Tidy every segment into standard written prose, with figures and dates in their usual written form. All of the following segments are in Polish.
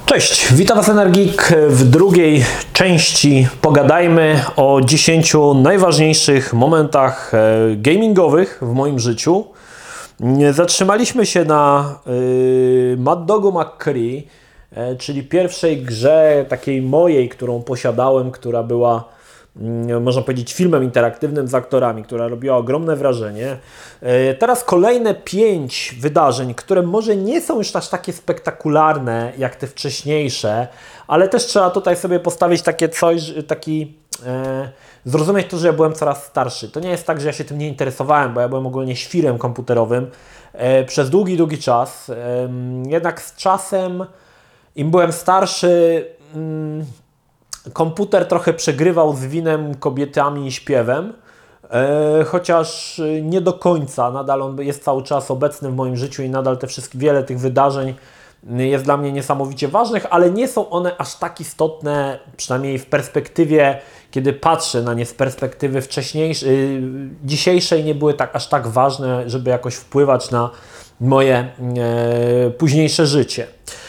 Cześć, witam Was Energik. W drugiej części pogadajmy o 10 najważniejszych momentach gamingowych w moim życiu. Zatrzymaliśmy się na Mad Dogu McCree, czyli pierwszej grze takiej mojej, którą posiadałem, która była, można powiedzieć, filmem interaktywnym z aktorami, która robiła ogromne wrażenie. Teraz kolejne 5 wydarzeń, które może nie są już aż takie spektakularne jak te wcześniejsze, ale też trzeba tutaj sobie postawić takie coś, zrozumieć to, że ja byłem coraz starszy. To nie jest tak, że ja się tym nie interesowałem, bo ja byłem ogólnie świrem komputerowym przez długi czas. Jednak z czasem, im byłem starszy, komputer trochę przegrywał z winem, kobietami i śpiewem, chociaż nie do końca, nadal on jest cały czas obecny w moim życiu i nadal wiele tych wydarzeń jest dla mnie niesamowicie ważnych, ale nie są one aż tak istotne, przynajmniej w perspektywie, kiedy patrzę na nie z perspektywy dzisiejszej, nie były aż tak ważne, żeby jakoś wpływać na moje późniejsze życie.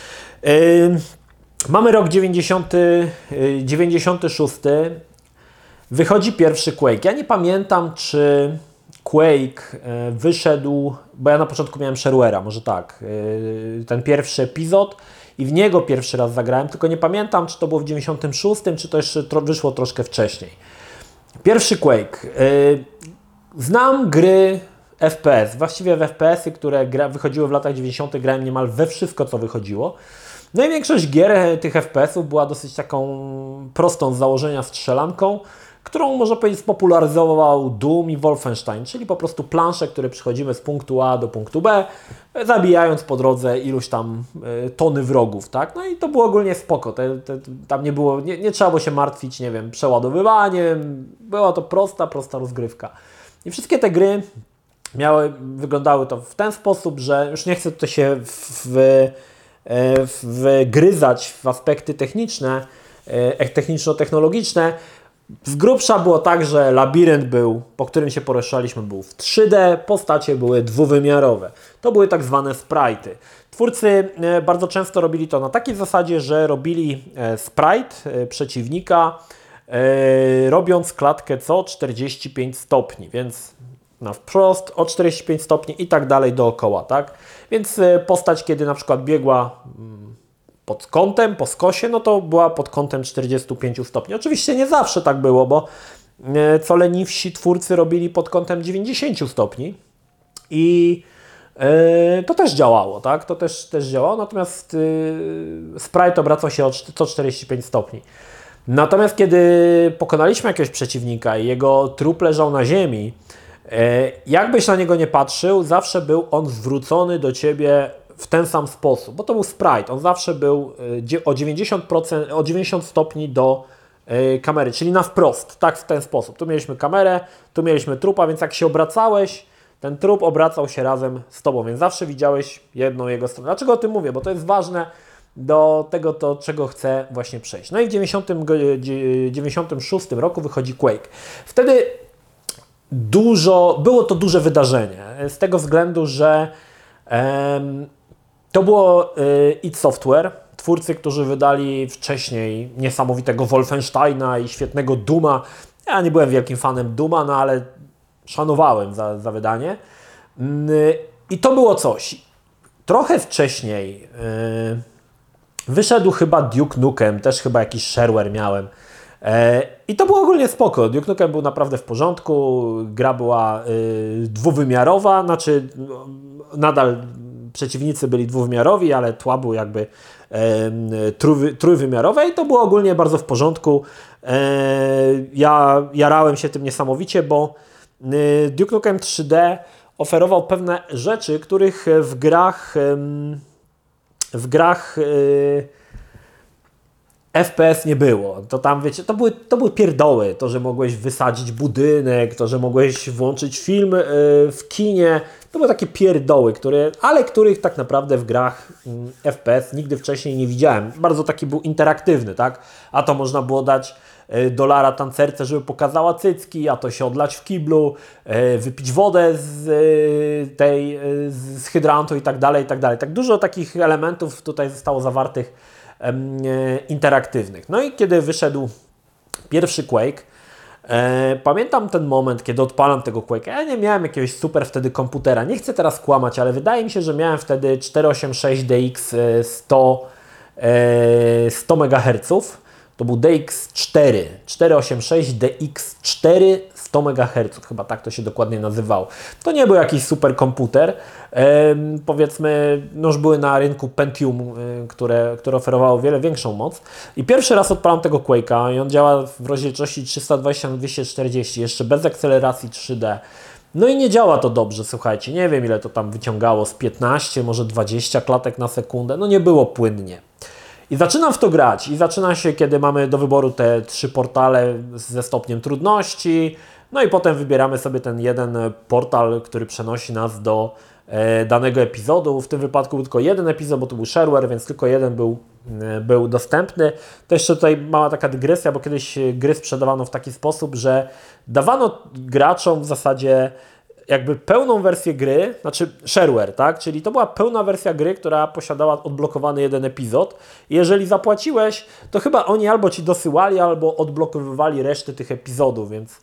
Mamy rok 96. Wychodzi pierwszy Quake. Ja nie pamiętam, czy Quake wyszedł, bo ja na początku miałem Shareware'a, może tak, ten pierwszy epizod i w niego pierwszy raz zagrałem, tylko nie pamiętam, czy to było w 96, czy to jeszcze wyszło troszkę wcześniej. Pierwszy Quake. Znam gry FPS, właściwie w FPS-y, które wychodziły w latach 90. grałem niemal we wszystko, co wychodziło. No i większość gier tych FPS-ów była dosyć taką prostą z założenia strzelanką, którą można powiedzieć spopularyzował Doom i Wolfenstein, czyli po prostu plansze, które przechodzimy z punktu A do punktu B, zabijając po drodze iluś tam tony wrogów, tak? No i to było ogólnie spoko, tam nie było, nie trzeba było się martwić, nie wiem, przeładowywaniem, była to prosta rozgrywka. I wszystkie te gry wyglądały to w ten sposób, że już nie chcę tutaj się wgryzać w aspekty techniczne, techniczno-technologiczne. Z grubsza było tak, że labirynt po którym się poruszaliśmy, był w 3D, postacie były dwuwymiarowe. To były tak zwane sprite'y. Twórcy bardzo często robili to na takiej zasadzie, że robili sprite przeciwnika, robiąc klatkę co 45 stopni, więc na wprost o 45 stopni i tak dalej dookoła, tak? Więc postać, kiedy na przykład biegła pod kątem, po skosie, no to była pod kątem 45 stopni. Oczywiście nie zawsze tak było, bo co leniwsi twórcy robili pod kątem 90 stopni i to też działało, tak? To też działało, natomiast sprite obracał się co 45 stopni. Natomiast kiedy pokonaliśmy jakiegoś przeciwnika i jego trup leżał na ziemi, jakbyś na niego nie patrzył, zawsze był on zwrócony do Ciebie w ten sam sposób, bo to był sprite, on zawsze był o 90%, o 90 stopni do kamery, czyli na wprost, tak w ten sposób. Tu mieliśmy kamerę, tu mieliśmy trupa, więc jak się obracałeś, ten trup obracał się razem z Tobą, więc zawsze widziałeś jedną jego stronę. Dlaczego o tym mówię? Bo to jest ważne do tego, czego chcę właśnie przejść. No i w 96 roku wychodzi Quake. Wtedy było to duże wydarzenie, z tego względu, że to było id Software, twórcy, którzy wydali wcześniej niesamowitego Wolfensteina i świetnego Dooma. Ja nie byłem wielkim fanem Dooma, no ale szanowałem za wydanie. I to było coś. Trochę wcześniej wyszedł chyba Duke Nukem, też chyba jakiś shareware miałem. I to było ogólnie spoko. Duke Nukem był naprawdę w porządku, gra była dwuwymiarowa, znaczy nadal przeciwnicy byli dwuwymiarowi, ale tła były jakby trójwymiarowe i to było ogólnie bardzo w porządku. Ja jarałem się tym niesamowicie, bo Duke Nukem 3D oferował pewne rzeczy, których w grach FPS nie było. To tam, wiecie, to były pierdoły. To, że mogłeś wysadzić budynek, to, że mogłeś włączyć film w kinie. To były takie pierdoły, których tak naprawdę w grach FPS nigdy wcześniej nie widziałem. Bardzo taki był interaktywny, tak? A to można było dać dolara tancerce, żeby pokazała cycki, a to się odlać w kiblu, wypić wodę z hydrantu i tak dalej, i tak dalej. Tak dużo takich elementów tutaj zostało zawartych interaktywnych. No i kiedy wyszedł pierwszy Quake, pamiętam ten moment, kiedy odpalam tego Quake'a. Ja nie miałem jakiegoś super wtedy komputera. Nie chcę teraz kłamać, ale wydaje mi się, że miałem wtedy 486 DX 100 MHz. To był DX4, 486 DX4 100 MHz, chyba tak to się dokładnie nazywało. To nie był jakiś super komputer. Powiedzmy, no już były na rynku Pentium, które oferowało o wiele większą moc. I pierwszy raz odpalam tego Quake'a i on działa w rozdzielczości 320x240, jeszcze bez akceleracji 3D. No i nie działa to dobrze, słuchajcie, nie wiem ile to tam wyciągało, z 15, może 20 klatek na sekundę, no nie było płynnie. I zaczynam w to grać i zaczyna się, kiedy mamy do wyboru te 3 portale ze stopniem trudności, no i potem wybieramy sobie ten jeden portal, który przenosi nas do danego epizodu. W tym wypadku był tylko jeden epizod, bo to był shareware, więc tylko jeden był dostępny. To jeszcze tutaj mała taka dygresja, bo kiedyś gry sprzedawano w taki sposób, że dawano graczom w zasadzie jakby pełną wersję gry, znaczy shareware, tak? Czyli to była pełna wersja gry, która posiadała odblokowany jeden epizod. I jeżeli zapłaciłeś, to chyba oni albo Ci dosyłali, albo odblokowywali resztę tych epizodów, więc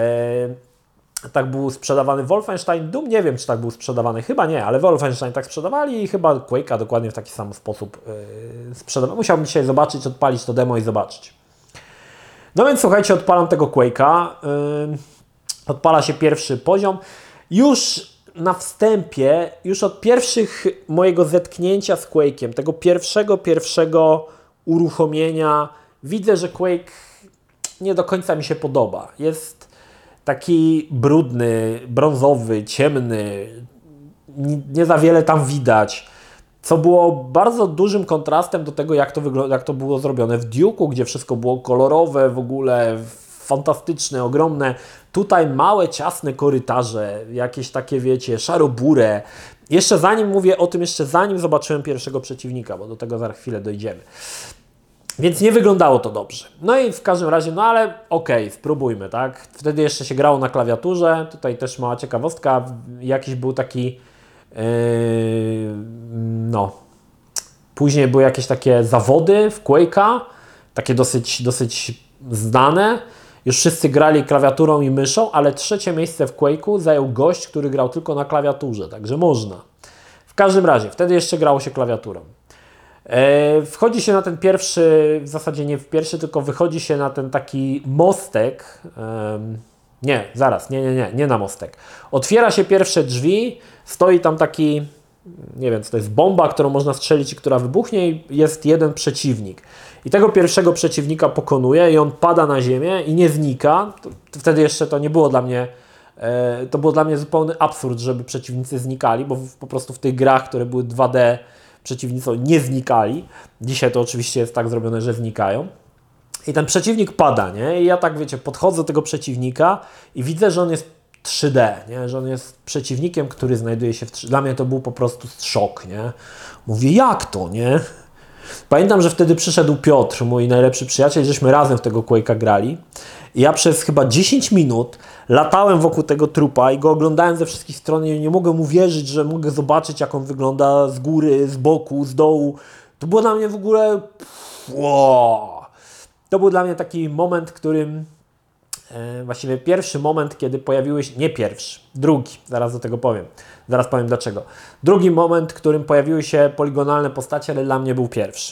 tak był sprzedawany Wolfenstein. Doom nie wiem, czy tak był sprzedawany, chyba nie, ale Wolfenstein tak sprzedawali i chyba Quake'a dokładnie w taki sam sposób sprzedawali. Musiałbym dzisiaj zobaczyć, odpalić to demo i zobaczyć. No więc słuchajcie, odpalam tego Quake'a. Odpala się pierwszy poziom. Już na wstępie, już od pierwszych mojego zetknięcia z Quake'iem, tego pierwszego uruchomienia, widzę, że Quake nie do końca mi się podoba. Jest taki brudny, brązowy, ciemny, nie za wiele tam widać, co było bardzo dużym kontrastem do tego, jak to było zrobione w Duke'u, gdzie wszystko było kolorowe, w ogóle fantastyczne, ogromne. Tutaj małe, ciasne korytarze, jakieś takie, wiecie, szarobure. Jeszcze zanim zobaczyłem pierwszego przeciwnika, bo do tego za chwilę dojdziemy. Więc nie wyglądało to dobrze. No i w każdym razie, no ale okej, spróbujmy, tak? Wtedy jeszcze się grało na klawiaturze. Tutaj też mała ciekawostka. Jakiś był taki, później były jakieś takie zawody w Quake'a, takie dosyć znane. Już wszyscy grali klawiaturą i myszą, ale trzecie miejsce w Quake'u zajął gość, który grał tylko na klawiaturze, także można. W każdym razie, wtedy jeszcze grało się klawiaturą. Wchodzi się na ten pierwszy, w zasadzie nie w pierwszy, tylko wychodzi się na ten taki mostek. Nie na mostek. Otwiera się pierwsze drzwi, stoi tam taki, nie wiem co to jest, bomba, którą można strzelić i która wybuchnie i jest jeden przeciwnik. I tego pierwszego przeciwnika pokonuje i on pada na ziemię i nie znika. Wtedy jeszcze to nie było dla mnie, to było dla mnie zupełny absurd, żeby przeciwnicy znikali, bo po prostu w tych grach, które były 2D, przeciwnicy nie znikali. Dzisiaj to oczywiście jest tak zrobione, że znikają. I ten przeciwnik pada, nie? I ja tak, wiecie, podchodzę do tego przeciwnika i widzę, że on jest 3D, nie? Że on jest przeciwnikiem, który znajduje się w 3D. Dla mnie to był po prostu szok, nie? Mówię, jak to, nie? Pamiętam, że wtedy przyszedł Piotr, mój najlepszy przyjaciel, żeśmy razem w tego Quake'a grali. I ja przez chyba 10 minut latałem wokół tego trupa i go oglądałem ze wszystkich stron i nie mogę uwierzyć, że mogę zobaczyć, jak on wygląda z góry, z boku, z dołu. To było dla mnie w ogóle... Wow. To był dla mnie taki moment, którym... Właściwie pierwszy moment, kiedy pojawiły się... Nie pierwszy, drugi. Zaraz do tego powiem. Zaraz powiem dlaczego. Drugi moment, w którym pojawiły się poligonalne postacie, ale dla mnie był pierwszy.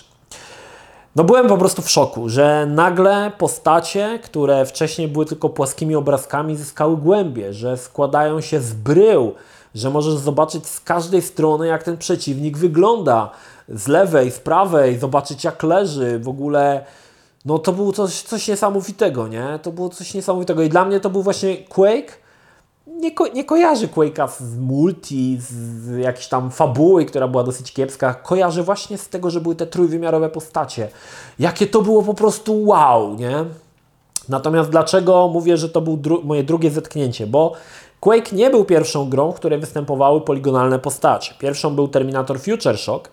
No byłem po prostu w szoku, że nagle postacie, które wcześniej były tylko płaskimi obrazkami, zyskały głębie, że składają się z brył, że możesz zobaczyć z każdej strony, jak ten przeciwnik wygląda. Z lewej, z prawej, zobaczyć jak leży, w ogóle... No to było coś niesamowitego, nie? To było coś niesamowitego i dla mnie to był właśnie Quake. Nie kojarzę Quake'a z multi, z jakiejś tam fabuły, która była dosyć kiepska. Kojarzę właśnie z tego, że były te trójwymiarowe postacie. Jakie to było po prostu wow, nie? Natomiast dlaczego mówię, że to było moje drugie zetknięcie? Bo Quake nie był pierwszą grą, w której występowały poligonalne postacie. Pierwszą był Terminator Future Shock,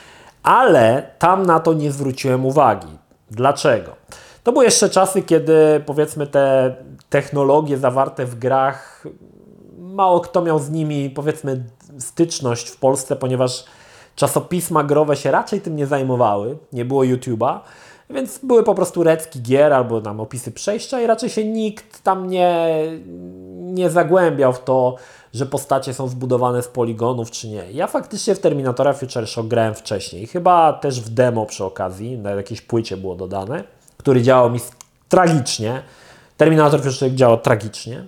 ale tam na to nie zwróciłem uwagi. Dlaczego? To były jeszcze czasy, kiedy powiedzmy te technologie zawarte w grach, mało kto miał z nimi powiedzmy styczność w Polsce, ponieważ czasopisma growe się raczej tym nie zajmowały, nie było YouTube'a, więc były po prostu recki gier albo tam opisy przejścia i raczej się nikt tam nie zagłębiał w to, że postacie są zbudowane z poligonów czy nie. Ja faktycznie w Terminatora Future Shock grałem wcześniej, chyba też w demo przy okazji, na jakiejś płycie było dodane, który działał mi tragicznie. Terminator Future Shock działał tragicznie.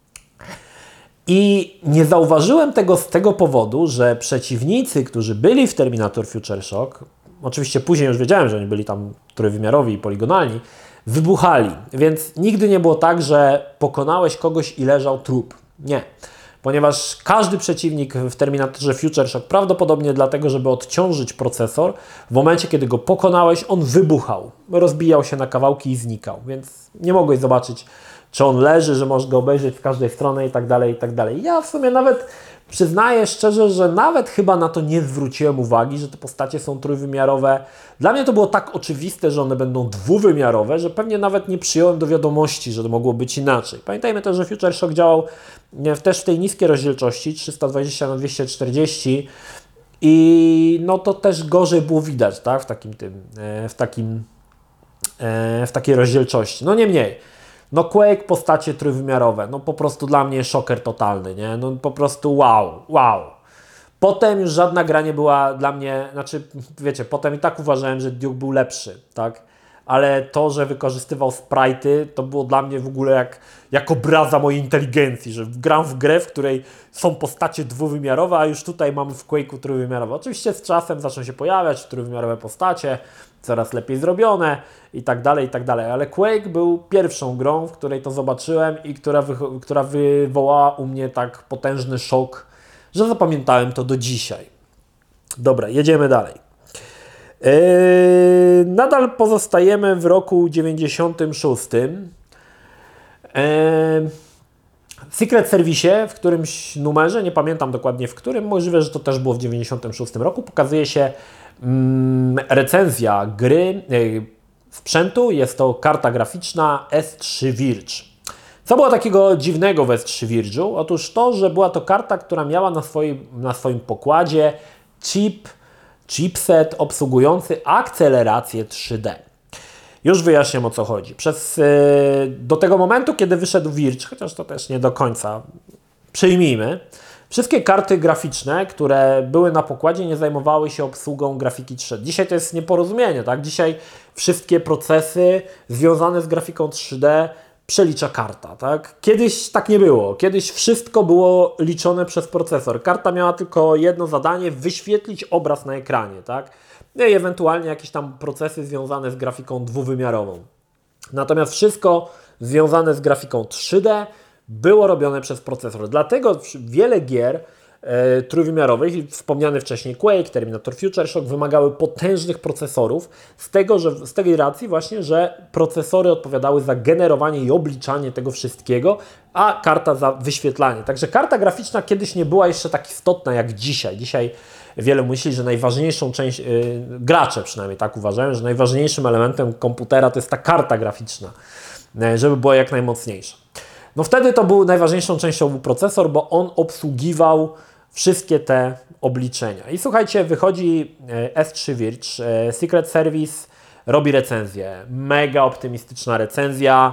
I nie zauważyłem tego z tego powodu, że przeciwnicy, którzy byli w Terminator Future Shock, oczywiście później już wiedziałem, że oni byli tam trójwymiarowi i poligonalni, wybuchali. Więc nigdy nie było tak, że pokonałeś kogoś i leżał trup. Nie. Ponieważ każdy przeciwnik w Terminatorze Future Shock, prawdopodobnie dlatego, żeby odciążyć procesor, w momencie, kiedy go pokonałeś, on wybuchał. Rozbijał się na kawałki i znikał. Więc nie mogłeś zobaczyć, czy on leży, że możesz go obejrzeć z każdej strony i tak dalej, i tak dalej. Ja w sumie nawet przyznaję szczerze, że nawet chyba na to nie zwróciłem uwagi, że te postacie są trójwymiarowe. Dla mnie to było tak oczywiste, że one będą dwuwymiarowe, że pewnie nawet nie przyjąłem do wiadomości, że to mogło być inaczej. Pamiętajmy też, że Future Shock działał też w tej niskiej rozdzielczości 320x240 i no to też gorzej było widać, tak? W takiej rozdzielczości. No niemniej. No Quake, postacie trójwymiarowe, no po prostu dla mnie szoker totalny, nie? No po prostu wow. Potem już żadna gra nie była dla mnie, znaczy wiecie, potem i tak uważałem, że Duke był lepszy, tak? Ale to, że wykorzystywał sprite'y, to było dla mnie w ogóle jak obraza mojej inteligencji, że gram w grę, w której są postacie dwuwymiarowe, a już tutaj mamy w Quake'u trójwymiarowe. Oczywiście z czasem zaczną się pojawiać trójwymiarowe postacie, coraz lepiej zrobione i tak dalej, ale Quake był pierwszą grą, w której to zobaczyłem i która wywołała u mnie tak potężny szok, że zapamiętałem to do dzisiaj. Dobra, jedziemy dalej. Nadal pozostajemy w roku 96. W Secret Service w którymś numerze, nie pamiętam dokładnie w którym, możliwe, że to też było w 96 roku, pokazuje się recenzja gry, sprzętu. Jest to karta graficzna S3 Virge. Co było takiego dziwnego w S3 Virge'u? Otóż to, że była to karta, która miała na swoim pokładzie chipset obsługujący akcelerację 3D. Już wyjaśniam, o co chodzi. Do tego momentu, kiedy wyszedł Virge, chociaż to też nie do końca, przyjmijmy, wszystkie karty graficzne, które były na pokładzie, nie zajmowały się obsługą grafiki 3D. Dzisiaj to jest nieporozumienie, tak? Dzisiaj wszystkie procesy związane z grafiką 3D przelicza karta, tak? Kiedyś tak nie było. Kiedyś wszystko było liczone przez procesor. Karta miała tylko jedno zadanie, wyświetlić obraz na ekranie, tak? No i ewentualnie jakieś tam procesy związane z grafiką dwuwymiarową. Natomiast wszystko związane z grafiką 3D było robione przez procesor. Dlatego wiele gier trójwymiarowych, wspomniany wcześniej Quake, Terminator Future Shock, wymagały potężnych procesorów z tej racji właśnie, że procesory odpowiadały za generowanie i obliczanie tego wszystkiego, a karta za wyświetlanie. Także karta graficzna kiedyś nie była jeszcze tak istotna jak dzisiaj. Dzisiaj wiele myśli, że najważniejszą część, gracze przynajmniej tak uważają, że najważniejszym elementem komputera to jest ta karta graficzna, żeby była jak najmocniejsza. No wtedy to był najważniejszą częścią był procesor, bo on obsługiwał wszystkie te obliczenia. I słuchajcie, wychodzi S3 Virge, Secret Service robi recenzję, mega optymistyczna recenzja.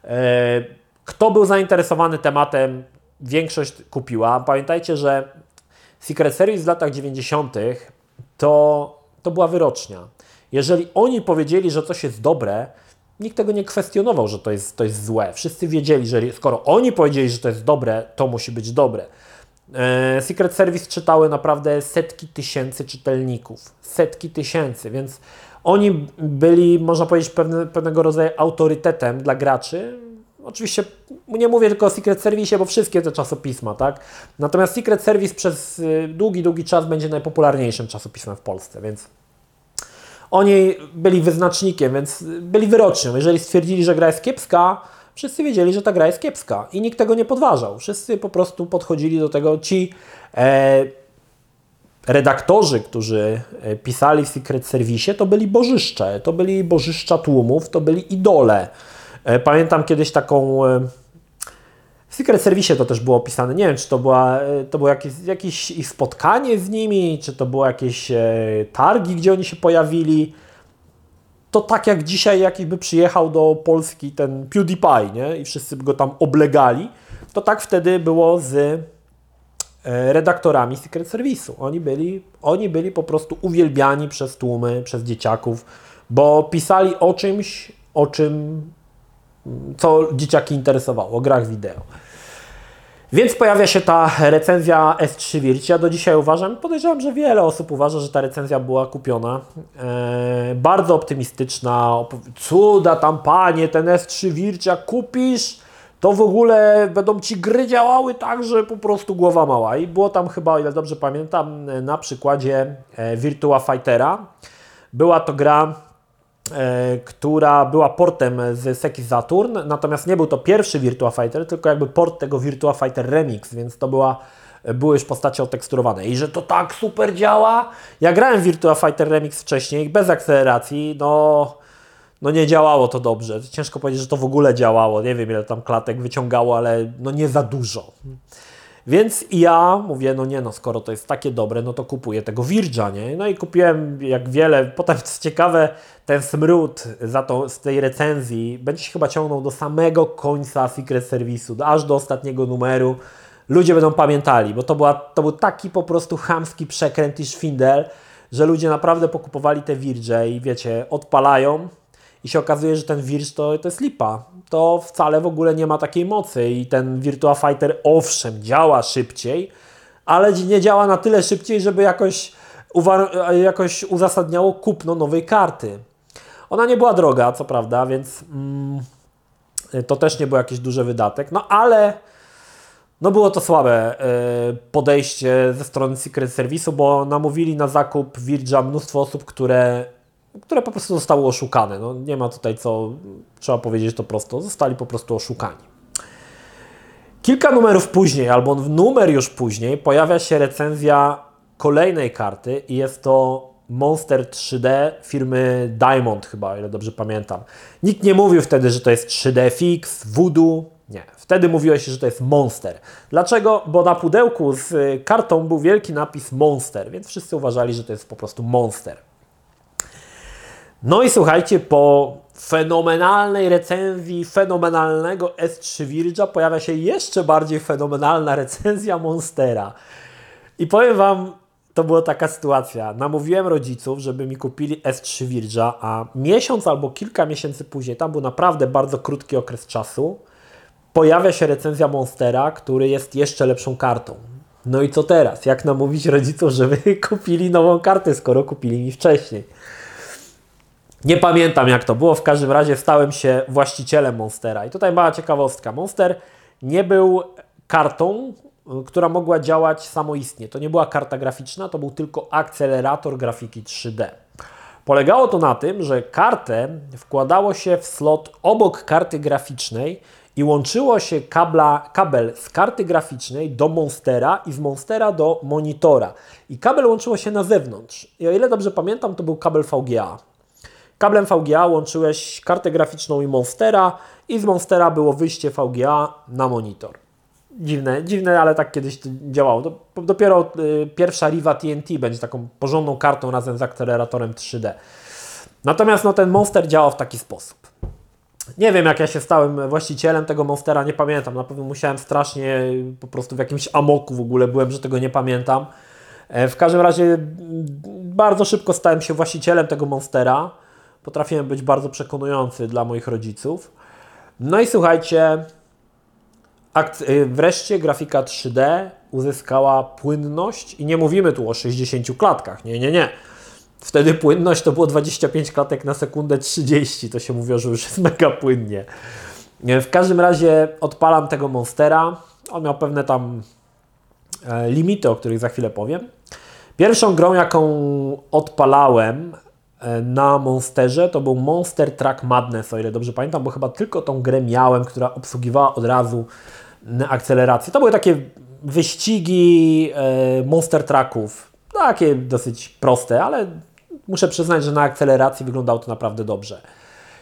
Kto był zainteresowany tematem, większość kupiła. Pamiętajcie, że Secret Service w latach 90. to była wyrocznia. Jeżeli oni powiedzieli, że coś jest dobre, nikt tego nie kwestionował, że to jest złe. Wszyscy wiedzieli, że skoro oni powiedzieli, że to jest dobre, to musi być dobre. Secret Service czytały naprawdę setki tysięcy czytelników. Setki tysięcy, więc oni byli, można powiedzieć, pewnego rodzaju autorytetem dla graczy. Oczywiście nie mówię tylko o Secret Service, bo wszystkie te czasopisma, tak? Natomiast Secret Service przez długi czas będzie najpopularniejszym czasopismem w Polsce, więc oni byli wyznacznikiem, więc byli wyrocznią. Jeżeli stwierdzili, że gra jest kiepska, wszyscy wiedzieli, że ta gra jest kiepska i nikt tego nie podważał. Wszyscy po prostu podchodzili do tego. Ci redaktorzy, którzy pisali w Secret Service, to byli bożyszcze. To byli bożyszcza tłumów, to byli idole. Pamiętam kiedyś taką W Secret Service to też było opisane. Nie wiem, czy to było jakieś ich spotkanie z nimi, czy to było jakieś targi, gdzie oni się pojawili. To tak jak dzisiaj jakby przyjechał do Polski ten PewDiePie, nie? I wszyscy go tam oblegali, to tak wtedy było z redaktorami Secret Service'u. Oni byli po prostu uwielbiani przez tłumy, przez dzieciaków, bo pisali o czymś, co dzieciaki interesowało, o grach wideo. Więc pojawia się ta recenzja S3 Virtual. Ja do dzisiaj podejrzewam, że wiele osób uważa, że ta recenzja była kupiona. Bardzo optymistyczna. Cuda tam, panie, ten S3 Virtual kupisz, to w ogóle będą ci gry działały tak, że po prostu głowa mała. I było tam chyba, o ile dobrze pamiętam, na przykładzie Virtua Fightera. Była to gra, która była portem z Seki Saturn, natomiast nie był to pierwszy Virtua Fighter, tylko jakby port tego Virtua Fighter Remix, więc to były już postacie oteksturowane. I że to tak super działa. Ja grałem w Virtua Fighter Remix wcześniej, bez akceleracji, no nie działało to dobrze. Ciężko powiedzieć, że to w ogóle działało. Nie wiem, ile tam klatek wyciągało, ale no nie za dużo. Więc ja mówię, skoro to jest takie dobre, no to kupuję tego Virgia, nie? No i kupiłem jak wiele. Potem, co ciekawe, ten smród z tej recenzji będzie się chyba ciągnął do samego końca Secret Service'u, aż do ostatniego numeru. Ludzie będą pamiętali, bo to był taki po prostu chamski przekręt i szwindel, że ludzie naprawdę pokupowali te Virgie i wiecie, odpalają i się okazuje, że ten Virge to jest lipa. To wcale w ogóle nie ma takiej mocy i ten Virtua Fighter owszem działa szybciej, ale nie działa na tyle szybciej, żeby jakoś uzasadniało kupno nowej karty. Ona nie była droga, co prawda, więc to też nie był jakiś duży wydatek, ale było to słabe podejście ze strony Secret Service'u, bo namówili na zakup Virgia mnóstwo osób, które po prostu zostały oszukane. No, nie ma tutaj co, trzeba powiedzieć to prosto, zostali po prostu oszukani. Kilka numerów później, albo numer już później, pojawia się recenzja kolejnej karty i jest to Monster 3D firmy Diamond chyba, o ile dobrze pamiętam. Nikt nie mówił wtedy, że to jest 3DFX, Voodoo, nie. Wtedy mówiło się, że to jest Monster. Dlaczego? Bo na pudełku z kartą był wielki napis Monster, więc wszyscy uważali, że to jest po prostu Monster. No i słuchajcie, po fenomenalnej recenzji fenomenalnego S3 Virgia pojawia się jeszcze bardziej fenomenalna recenzja Monstera. I powiem Wam, to była taka sytuacja. Namówiłem rodziców, żeby mi kupili S3 Virgia, a miesiąc albo kilka miesięcy później, tam był naprawdę bardzo krótki okres czasu, pojawia się recenzja Monstera, który jest jeszcze lepszą kartą. No i co teraz? Jak namówić rodziców, żeby kupili nową kartę, skoro kupili mi wcześniej? Nie pamiętam jak to było, w każdym razie stałem się właścicielem Monstera. I tutaj mała ciekawostka. Monster nie był kartą, która mogła działać samoistnie. To nie była karta graficzna, to był tylko akcelerator grafiki 3D. Polegało to na tym, że kartę wkładało się w slot obok karty graficznej i łączyło się kabel z karty graficznej do Monstera i z Monstera do monitora. I kabel łączyło się na zewnątrz. I o ile dobrze pamiętam, to był kabel VGA. Kablem VGA łączyłeś kartę graficzną i Monstera i z Monstera było wyjście VGA na monitor. Dziwne, ale tak kiedyś to działało. Dopiero pierwsza Riva TNT będzie taką porządną kartą razem z akceleratorem 3D. Natomiast ten Monster działał w taki sposób. Nie wiem jak ja się stałem właścicielem tego Monstera, nie pamiętam. Na pewno musiałem strasznie, po prostu w jakimś amoku w ogóle byłem, że tego nie pamiętam. W każdym razie bardzo szybko stałem się właścicielem tego Monstera. Potrafiłem być bardzo przekonujący dla moich rodziców. No i słuchajcie, wreszcie grafika 3D uzyskała płynność i nie mówimy tu o 60 klatkach, nie. Wtedy płynność to było 25 klatek na sekundę 30, to się mówiło, że już jest mega płynnie. W każdym razie odpalam tego Monstera, on miał pewne tam limity, o których za chwilę powiem. Pierwszą grą, jaką odpalałem na Monsterze, to był Monster Truck Madness, o ile dobrze pamiętam, bo chyba tylko tą grę miałem, która obsługiwała od razu akcelerację. To były takie wyścigi Monster Trucków, takie dosyć proste, ale muszę przyznać, że na akceleracji wyglądało to naprawdę dobrze.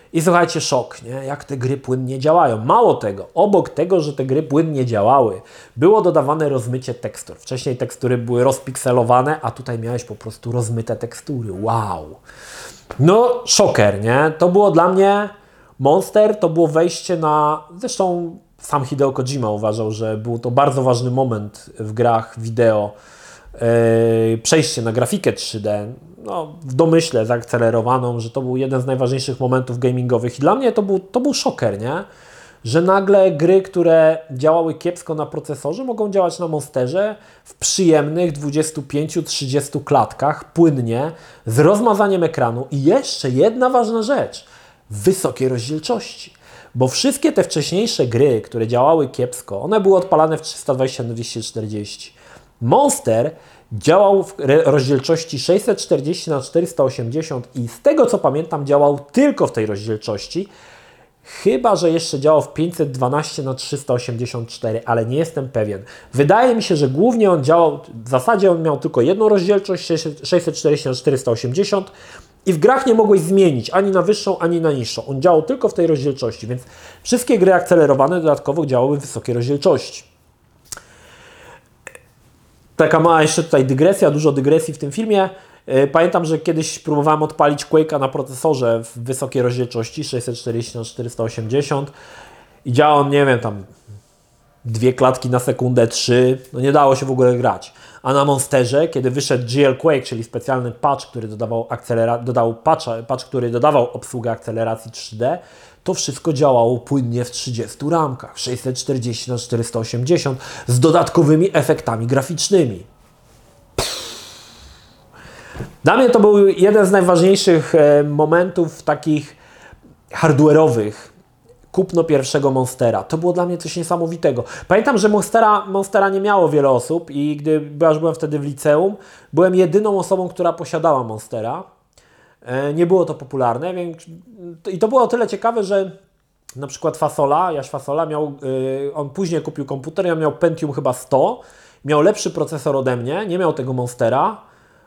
I słuchajcie, szok, nie? Jak te gry płynnie działają. Mało tego, obok tego, że te gry płynnie działały, było dodawane rozmycie tekstur. Wcześniej tekstury były rozpikselowane, a tutaj miałeś po prostu rozmyte tekstury. Wow! No, szoker, nie? To było dla mnie Monster, to było wejście na... Zresztą sam Hideo Kojima uważał, że był to bardzo ważny moment w grach wideo, przejście na grafikę 3D, no, w domyśle zaakcelerowaną, że to był jeden z najważniejszych momentów gamingowych i dla mnie to był szoker, nie? Że nagle gry, które działały kiepsko na procesorze, mogą działać na Monsterze w przyjemnych 25-30 klatkach, płynnie, z rozmazaniem ekranu i jeszcze jedna ważna rzecz, w wysokiej rozdzielczości. Bo wszystkie te wcześniejsze gry, które działały kiepsko, one były odpalane w 320x240. Monster działał w rozdzielczości 640x480 i z tego co pamiętam działał tylko w tej rozdzielczości, chyba że jeszcze działał w 512x384, ale nie jestem pewien. Wydaje mi się, że głównie on działał, w zasadzie on miał tylko jedną rozdzielczość 640x480 i w grach nie mogłeś zmienić ani na wyższą, ani na niższą. On działał tylko w tej rozdzielczości, więc wszystkie gry akcelerowane dodatkowo działały w wysokiej rozdzielczości. Taka mała jeszcze tutaj dygresja, dużo dygresji w tym filmie. Pamiętam, że kiedyś próbowałem odpalić Quake'a na procesorze w wysokiej rozdzielczości 640x480 i działał on, nie wiem, tam 2 klatki na sekundę, 3, no nie dało się w ogóle grać. A na Monsterze, kiedy wyszedł GL Quake, czyli specjalny patch, który który dodawał obsługę akceleracji 3D, to wszystko działało płynnie w 30 ramkach, 640x480 z dodatkowymi efektami graficznymi. Dla mnie to był jeden z najważniejszych momentów takich hardware'owych. Kupno pierwszego Monstera. To było dla mnie coś niesamowitego. Pamiętam, że Monstera nie miało wiele osób i gdy byłem wtedy w liceum, byłem jedyną osobą, która posiadała Monstera. Nie było to popularne, więc i to było o tyle ciekawe, że na przykład Jaś Fasola miał, on później kupił komputer, ja miał Pentium chyba 100, miał lepszy procesor ode mnie, nie miał tego Monstera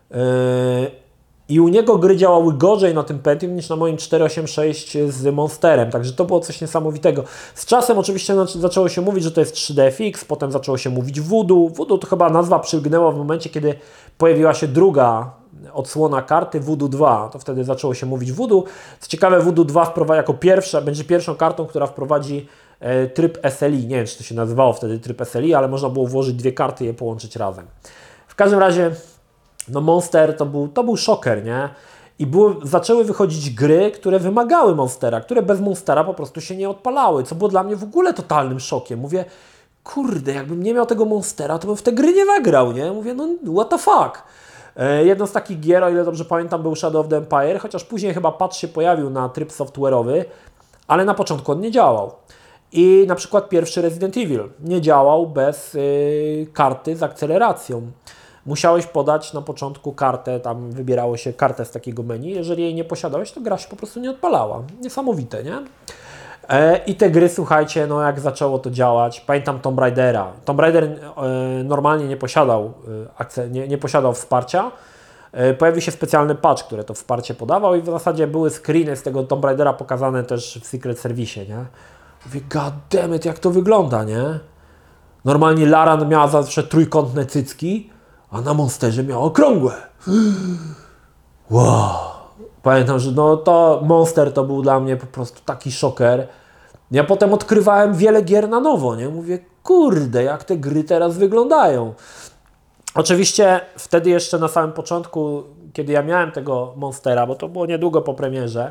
i u niego gry działały gorzej na tym Pentium niż na moim 486 z Monsterem, także to było coś niesamowitego. Z czasem oczywiście zaczęło się mówić, że to jest 3DFX, potem zaczęło się mówić Voodoo. Voodoo to chyba nazwa przylgnęła w momencie, kiedy pojawiła się druga odsłona karty Voodoo 2, to wtedy zaczęło się mówić Voodoo. Co ciekawe, Voodoo 2 będzie pierwszą kartą, która wprowadzi tryb SLI. Nie wiem, czy to się nazywało wtedy tryb SLI, ale można było włożyć 2 karty i je połączyć razem. W każdym razie, no Monster to był szoker, nie? I zaczęły wychodzić gry, które wymagały Monstera, które bez Monstera po prostu się nie odpalały, co było dla mnie w ogóle totalnym szokiem. Mówię, kurde, jakbym nie miał tego Monstera, to bym w te gry nie nagrał, nie? Mówię, no what the fuck? Jedną z takich gier, o ile dobrze pamiętam, był Shadow of the Empire, chociaż później chyba patch się pojawił na tryb software'owy, ale na początku on nie działał. I na przykład pierwszy Resident Evil nie działał bez karty z akceleracją. Musiałeś podać na początku kartę, tam wybierało się kartę z takiego menu, jeżeli jej nie posiadałeś, to gra się po prostu nie odpalała. Niesamowite, nie? I te gry, słuchajcie, no jak zaczęło to działać, pamiętam Tomb Raidera. Tomb Raider normalnie nie posiadał wsparcia. Pojawił się specjalny patch, który to wsparcie podawał i w zasadzie były screeny z tego Tomb Raidera pokazane też w Secret Service, nie? Mówię, god damn it, jak to wygląda, nie? Normalnie Lara miała zawsze trójkątne cycki, a na Monsterze miała okrągłe. Wow. Pamiętam, że no to Monster to był dla mnie po prostu taki szoker. Ja potem odkrywałem wiele gier na nowo, nie? Mówię, kurde, jak te gry teraz wyglądają. Oczywiście wtedy jeszcze na samym początku, kiedy ja miałem tego Monstera, bo to było niedługo po premierze,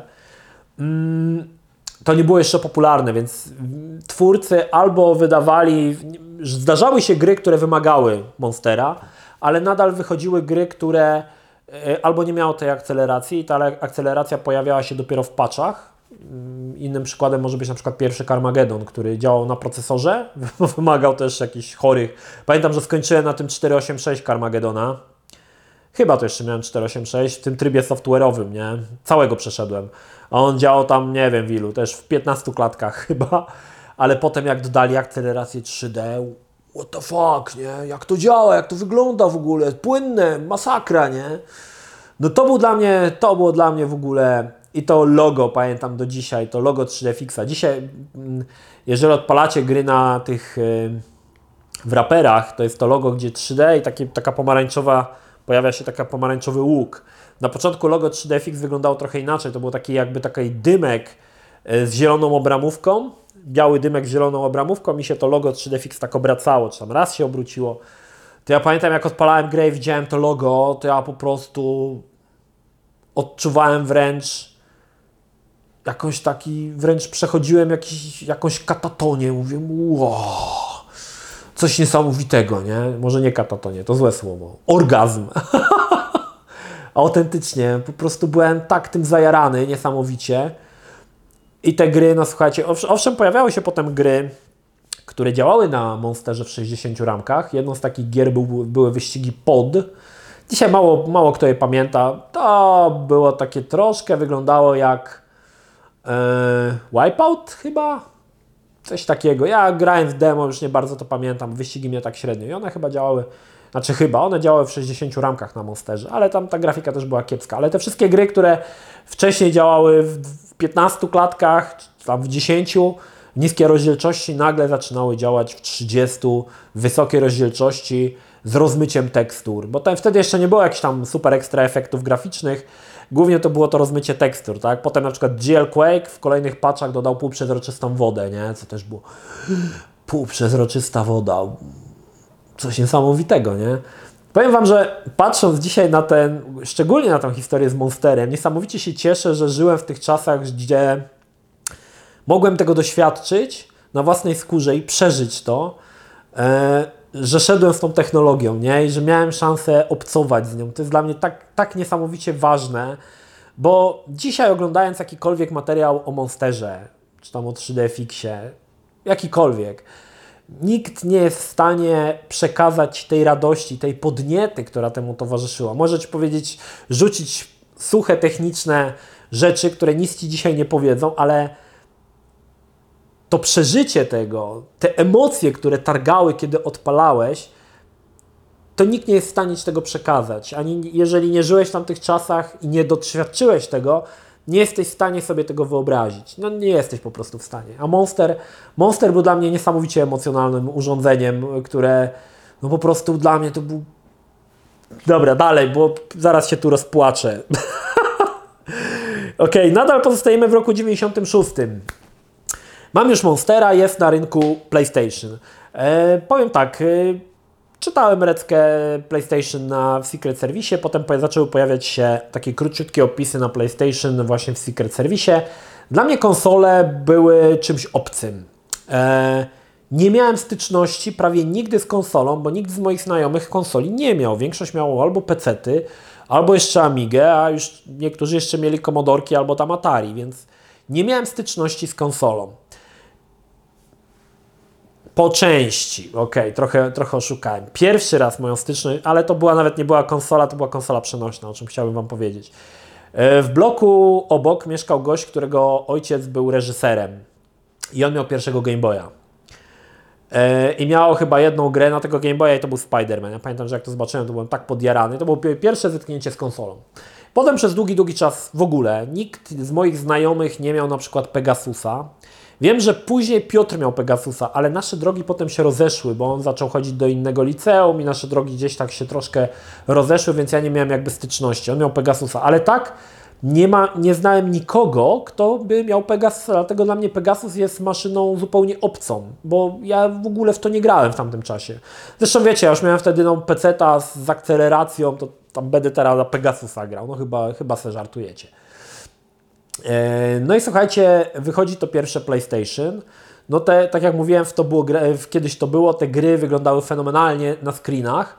to nie było jeszcze popularne, więc twórcy albo wydawali, zdarzały się gry, które wymagały Monstera, ale nadal wychodziły gry, które albo nie miało tej akceleracji i ta akceleracja pojawiała się dopiero w patchach. Innym przykładem może być na przykład pierwszy Carmageddon, który działał na procesorze, wymagał też jakichś chorych. Pamiętam, że skończyłem na tym 486 Carmageddona. Chyba to jeszcze miałem 486 w tym trybie software'owym, nie? Całego przeszedłem. A on działał tam, nie wiem w ilu, też w 15 klatkach chyba. Ale potem jak dodali akcelerację 3D, what the fuck, nie? Jak to działa, jak to wygląda w ogóle, płynne, masakra, nie? No to było dla mnie w ogóle i to logo, pamiętam do dzisiaj, to logo 3D Fixa. Dzisiaj, jeżeli odpalacie gry na tych w raperach, to jest to logo, gdzie 3D i taka pomarańczowa, pojawia się taka pomarańczowy łuk. Na początku logo 3D Fix wyglądało trochę inaczej, to był taki jakby taki dymek z zieloną obramówką, biały dymek z zieloną obramówką i się to logo 3D Fix tak obracało, czy tam raz się obróciło. To ja pamiętam, jak odpalałem grę i widziałem to logo, to ja po prostu odczuwałem wręcz wręcz przechodziłem jakąś katatonię, mówię, wow, coś niesamowitego, nie? Może nie katatonię, to złe słowo, orgazm. Autentycznie, po prostu byłem tak tym zajarany niesamowicie. I te gry, no słuchajcie, owszem, pojawiały się potem gry, które działały na Monsterze w 60 ramkach. Jedną z takich gier były wyścigi pod. Dzisiaj mało kto je pamięta. To było takie troszkę, wyglądało jak Wipeout chyba? Coś takiego. Ja grałem w demo, już nie bardzo to pamiętam. Wyścigi mnie tak średnio. I one chyba działały, one działały w 60 ramkach na Monsterze, ale tam ta grafika też była kiepska. Ale te wszystkie gry, które wcześniej działały w 15 klatkach, czy tam w 10, niskie rozdzielczości, nagle zaczynały działać w 30, wysokiej rozdzielczości, z rozmyciem tekstur. Bo wtedy jeszcze nie było jakichś tam super ekstra efektów graficznych. Głównie to było to rozmycie tekstur, tak? Potem na przykład GL Quake w kolejnych patchach dodał półprzezroczystą wodę, nie? Co też było półprzezroczysta woda. Coś niesamowitego, nie? Powiem Wam, że patrząc dzisiaj szczególnie na tę historię z Monsterem, niesamowicie się cieszę, że żyłem w tych czasach, gdzie mogłem tego doświadczyć na własnej skórze i przeżyć to, że szedłem z tą technologią, nie? I że miałem szansę obcować z nią. To jest dla mnie tak niesamowicie ważne, bo dzisiaj oglądając jakikolwiek materiał o Monsterze, czy tam o 3D Fixie, jakikolwiek, nikt nie jest w stanie przekazać tej radości, tej podniety, która temu towarzyszyła. Może Ci powiedzieć, rzucić suche, techniczne rzeczy, które nic Ci dzisiaj nie powiedzą, ale to przeżycie tego, te emocje, które targały, kiedy odpalałeś, to nikt nie jest w stanie Ci tego przekazać. Ani jeżeli nie żyłeś w tamtych czasach i nie doświadczyłeś tego, nie jesteś w stanie sobie tego wyobrazić. No nie jesteś po prostu w stanie. A Monster był dla mnie niesamowicie emocjonalnym urządzeniem, które no po prostu dla mnie to był... Dobra, dalej, bo zaraz się tu rozpłaczę. Okej, nadal pozostajemy w roku 96. Mam już Monstera, jest na rynku PlayStation. Powiem tak, czytałem reckę PlayStation w Secret Service, potem zaczęły pojawiać się takie króciutkie opisy na PlayStation właśnie w Secret Service. Dla mnie konsole były czymś obcym. Nie miałem styczności prawie nigdy z konsolą, bo nikt z moich znajomych konsoli nie miał. Większość miało albo PC-ty, albo jeszcze Amigę, a już niektórzy jeszcze mieli Commodorki albo tam Atari, więc nie miałem styczności z konsolą. Po części, trochę oszukałem. Pierwszy raz moją styczność, ale to nawet nie była konsola, to była konsola przenośna, o czym chciałbym Wam powiedzieć. W bloku obok mieszkał gość, którego ojciec był reżyserem i on miał pierwszego Game Boya. I miał chyba jedną grę na tego Game Boya i to był Spider-Man. Ja pamiętam, że jak to zobaczyłem, to byłem tak podjarany. To było pierwsze zetknięcie z konsolą. Potem przez długi czas w ogóle nikt z moich znajomych nie miał na przykład Pegasusa. Wiem, że później Piotr miał Pegasusa, ale nasze drogi potem się rozeszły, bo on zaczął chodzić do innego liceum i nasze drogi gdzieś tak się troszkę rozeszły, więc ja nie miałem jakby styczności. On miał Pegasusa, ale tak nie znałem nikogo, kto by miał Pegasusa, dlatego dla mnie Pegasus jest maszyną zupełnie obcą, bo ja w ogóle w to nie grałem w tamtym czasie. Zresztą wiecie, ja już miałem wtedy peceta z akceleracją, to tam będę teraz na Pegasusa grał, no chyba se żartujecie. No i słuchajcie, wychodzi to pierwsze PlayStation. No tak jak mówiłem, kiedyś to było, te gry wyglądały fenomenalnie na screenach.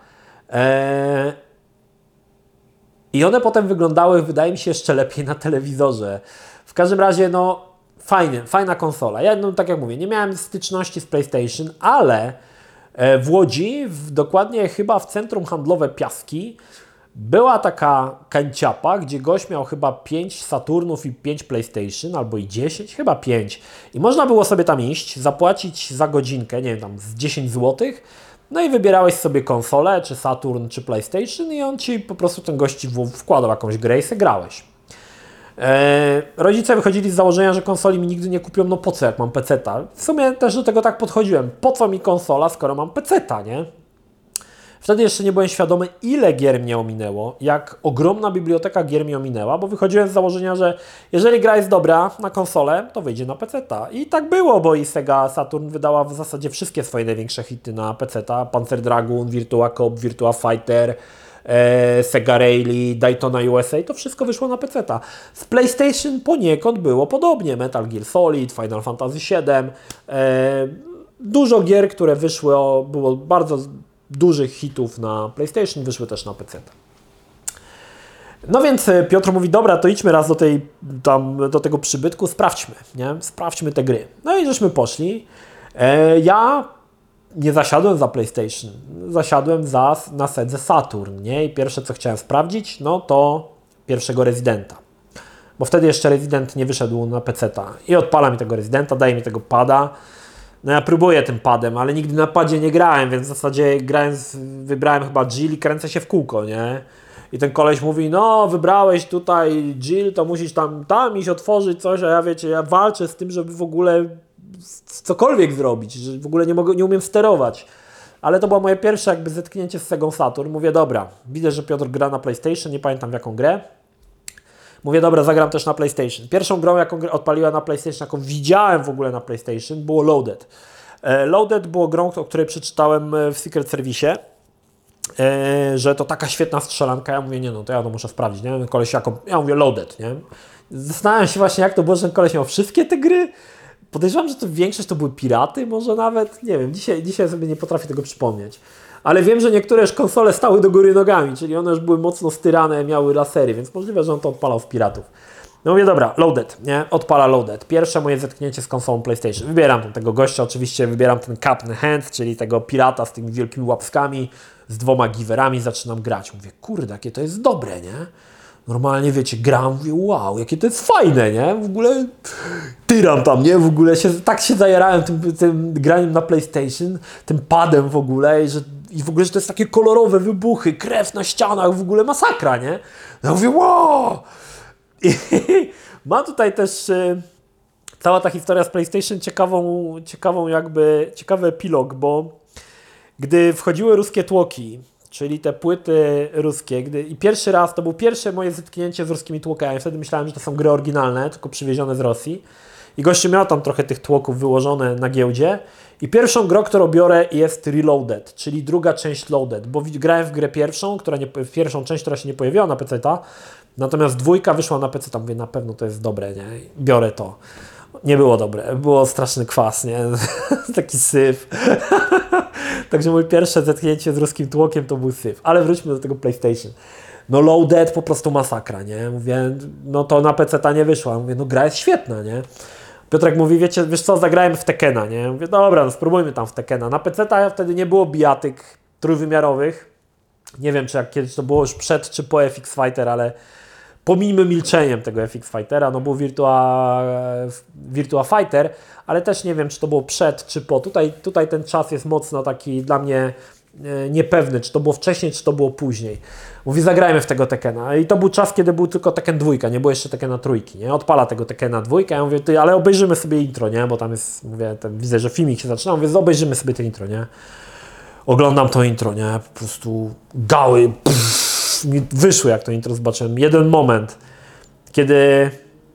I one potem wyglądały, wydaje mi się, jeszcze lepiej na telewizorze. W każdym razie, no fajna konsola. Ja, no, tak jak mówię, nie miałem styczności z PlayStation, ale w Łodzi, dokładnie chyba w centrum handlowe Piaski, była taka kanciapa, gdzie gość miał chyba 5 Saturnów i 5 PlayStation, albo i 10, chyba 5. I można było sobie tam iść, zapłacić za godzinkę, nie wiem, tam z 10 zł, no i wybierałeś sobie konsolę, czy Saturn, czy PlayStation i on Ci po prostu, ten gość Ci wkładał jakąś grę i se grałeś. Rodzice wychodzili z założenia, że konsoli mi nigdy nie kupią, no po co, jak mam peceta? W sumie też do tego tak podchodziłem. Po co mi konsola, skoro mam peceta, nie? Wtedy jeszcze nie byłem świadomy, ile gier mnie ominęło, jak ogromna biblioteka gier mi ominęła, bo wychodziłem z założenia, że jeżeli gra jest dobra na konsolę, to wyjdzie na peceta. I tak było, bo i Sega Saturn wydała w zasadzie wszystkie swoje największe hity na peceta. Panzer Dragoon, Virtua Cop, Virtua Fighter, Sega Rally, Daytona USA, to wszystko wyszło na peceta. Z PlayStation poniekąd było podobnie. Metal Gear Solid, Final Fantasy VII, dużo gier, które wyszły, było bardzo dużych hitów na PlayStation, wyszły też na PC. No więc Piotr mówi, dobra, to idźmy raz do tego przybytku, sprawdźmy, nie? Sprawdźmy te gry. No i żeśmy poszli. Ja nie zasiadłem za PlayStation, zasiadłem na Sedze Saturn, nie? I pierwsze, co chciałem sprawdzić, no to pierwszego Residenta. Bo wtedy jeszcze Resident nie wyszedł na PC-ta. I odpala mi tego Residenta, daje mi tego pada. No ja próbuję tym padem, ale nigdy na padzie nie grałem, więc w zasadzie wybrałem chyba Jill i kręcę się w kółko, nie? I ten koleś mówi, no wybrałeś tutaj Jill, to musisz tam iść otworzyć coś, a ja wiecie, ja walczę z tym, żeby w ogóle cokolwiek zrobić, że w ogóle nie umiem sterować. Ale to było moje pierwsze jakby zetknięcie z Segą Saturn. Mówię, dobra, widzę, że Piotr gra na PlayStation, nie pamiętam w jaką grę. Mówię, dobra, zagram też na PlayStation. Pierwszą grą, jaką odpaliła na PlayStation, jaką widziałem w ogóle na PlayStation, było Loaded. Loaded było grą, o której przeczytałem w Secret Service, że to taka świetna strzelanka. Ja mówię, nie no, to ja to muszę sprawdzić, nie? Koleś ja mówię Loaded, nie? Zastanawiam się właśnie, jak to było, że ten koleś miał wszystkie te gry. Podejrzewam, że to większość to były piraty, może nawet, nie wiem, dzisiaj sobie nie potrafię tego przypomnieć. Ale wiem, że niektóre już konsole stały do góry nogami, czyli one już były mocno styrane, miały lasery, więc możliwe, że on to odpalał w piratów. No mówię, dobra, Loaded, nie? Odpala Loaded. Pierwsze moje zetknięcie z konsolą PlayStation. Wybieram tego gościa, oczywiście wybieram ten Captain Hand, czyli tego pirata z tymi wielkimi łapskami, z 2 giwerami, zaczynam grać. Mówię, kurde, jakie to jest dobre, nie? Normalnie, wiecie, gram, mówię, wow, jakie to jest fajne, nie? W ogóle tyram tam, nie? W ogóle tak się zajarałem tym graniem na PlayStation, tym padem w ogóle i w ogóle, że to jest takie kolorowe wybuchy, krew na ścianach, w ogóle masakra, nie? Ja mówię, wow! I ma tutaj też cała ta historia z PlayStation ciekawy epilog, bo gdy wchodziły ruskie tłoki, czyli te płyty ruskie, i pierwszy raz, to było pierwsze moje zetknięcie z ruskimi tłokami, wtedy myślałem, że to są gry oryginalne, tylko przywiezione z Rosji. I gościu miał tam trochę tych tłoków wyłożone na giełdzie. I pierwszą grą, którą biorę, jest Reloaded, czyli druga część Loaded, bo grałem w grę pierwszą, pierwszą część, która się nie pojawiła na PC-ta, natomiast 2 wyszła na PC-ta. Mówię, na pewno to jest dobre, nie? Biorę to. Nie było dobre, było straszny kwas, nie? Taki syf. Także moje pierwsze zetknięcie z ruskim tłokiem to był syf. Ale wróćmy do tego PlayStation. No Loaded po prostu masakra, nie? Mówię, no to na PC-ta nie wyszła. Mówię, no gra jest świetna, nie? Piotrek mówi, wiesz co, zagrałem w Tekena, nie? Mówię, dobra, no spróbujmy tam w Tekena. Na PC-ta wtedy nie było bijatyk trójwymiarowych. Nie wiem, czy jak kiedyś to było już przed czy po FX Fighter, ale pomijmy milczeniem tego FX Fightera, no był Virtua Fighter, ale też nie wiem, czy to było przed, czy po. Tutaj ten czas jest mocno taki dla mnie niepewny, czy to było wcześniej, czy to było później. Mówi, zagrajmy w tego Tekena. I to był czas, kiedy był tylko Tekken 2, nie było jeszcze Tekkena 3, nie? Odpala tego Tekkena 2, ja mówię, ale obejrzymy sobie intro, nie? Bo tam jest, mówię, widzę, że filmik się zaczyna, mówię, obejrzymy sobie to intro, nie? Oglądam to intro, nie? Po prostu gały, mi wyszły, jak to intro zobaczyłem. Jeden moment, kiedy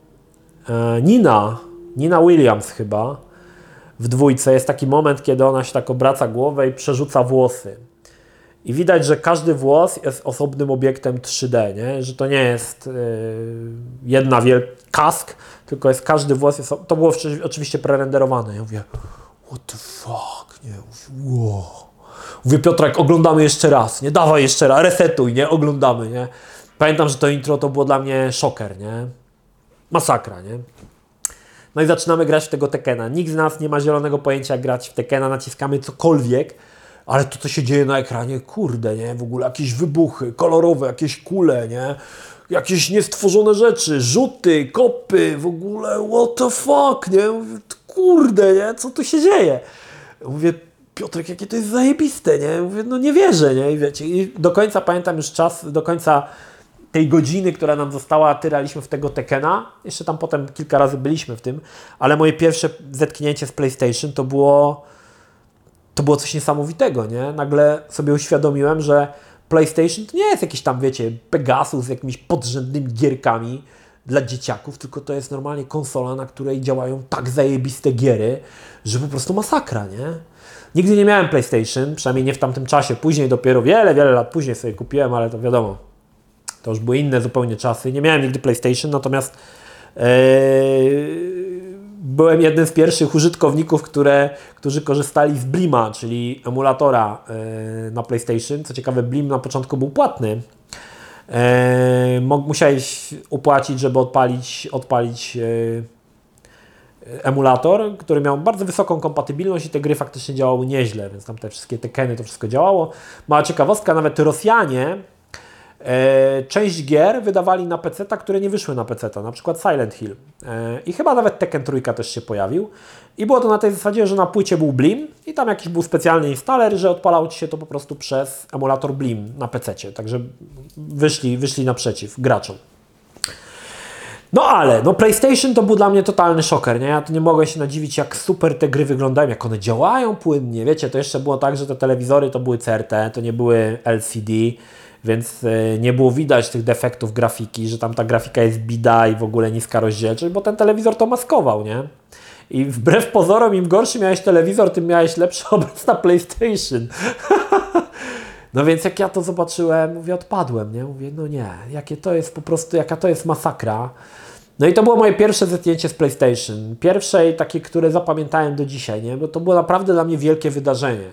Nina Williams chyba w 2 jest taki moment, kiedy ona się tak obraca głowę i przerzuca włosy. I widać, że każdy włos jest osobnym obiektem 3D, nie? Że to nie jest jedna wielka kask, tylko jest każdy włos. To było oczywiście prerenderowane. Ja mówię, what the fuck, nie? Mówię, wow. Mówię, Piotrek, oglądamy jeszcze raz, nie? Dawaj jeszcze raz, resetuj, nie? Oglądamy, nie? Pamiętam, że to intro to było dla mnie szoker, nie? Masakra, nie? No i zaczynamy grać w tego Tekkena. Nikt z nas nie ma zielonego pojęcia, jak grać w Tekkena, naciskamy cokolwiek, ale to, co się dzieje na ekranie, kurde, nie? W ogóle jakieś wybuchy, kolorowe, jakieś kule, nie? Jakieś niestworzone rzeczy, rzuty, kopy, w ogóle what the fuck, nie? Mówię, kurde, nie? Co tu się dzieje? Mówię, Piotrek, jakie to jest zajebiste, nie? Mówię, no nie wierzę, nie? I wiecie, i do końca pamiętam już czas, do końca tej godziny, która nam została, tyraliśmy w tego Tekkena. Jeszcze tam potem kilka razy byliśmy w tym, ale moje pierwsze zetknięcie z PlayStation to było coś niesamowitego, nie? Nagle sobie uświadomiłem, że PlayStation to nie jest jakiś tam, wiecie, Pegasus z jakimiś podrzędnymi gierkami dla dzieciaków, tylko to jest normalnie konsola, na której działają tak zajebiste giery, że po prostu masakra, nie? Nigdy nie miałem PlayStation, przynajmniej nie w tamtym czasie. Później dopiero wiele lat później sobie kupiłem, ale to wiadomo, to już były inne zupełnie czasy. Nie miałem nigdy PlayStation, natomiast byłem jednym z pierwszych użytkowników, którzy korzystali z Blima, czyli emulatora na PlayStation. Co ciekawe, Blim na początku był płatny. Musiałeś opłacić, żeby odpalić emulator, który miał bardzo wysoką kompatybilność i te gry faktycznie działały nieźle, więc tam te wszystkie Tekkeny, to wszystko działało. Mała ciekawostka, nawet Rosjanie część gier wydawali na PC-ta, które nie wyszły na PC-ta, na przykład Silent Hill. I chyba nawet Tekken 3 też się pojawił. I było to na tej zasadzie, że na płycie był Blim i tam jakiś był specjalny installer, że odpalało Ci się to po prostu przez emulator Blim na PC-cie. Także wyszli naprzeciw graczom. No ale, PlayStation to był dla mnie totalny szoker, nie? Ja to nie mogłem się nadziwić, jak super te gry wyglądają, jak one działają płynnie. Wiecie, to jeszcze było tak, że te telewizory to były CRT, to nie były LCD, więc nie było widać tych defektów grafiki, że tam ta grafika jest bida i w ogóle niska rozdzielczość, bo ten telewizor to maskował, nie? I wbrew pozorom, im gorszy miałeś telewizor, tym miałeś lepszy obraz na PlayStation. No więc jak ja to zobaczyłem, mówię, odpadłem, nie? Mówię, no nie, jakie to jest po prostu, jaka to jest masakra. No i to było moje pierwsze zetknięcie z PlayStation. Pierwsze takie, które zapamiętałem do dzisiaj, nie? Bo to było naprawdę dla mnie wielkie wydarzenie.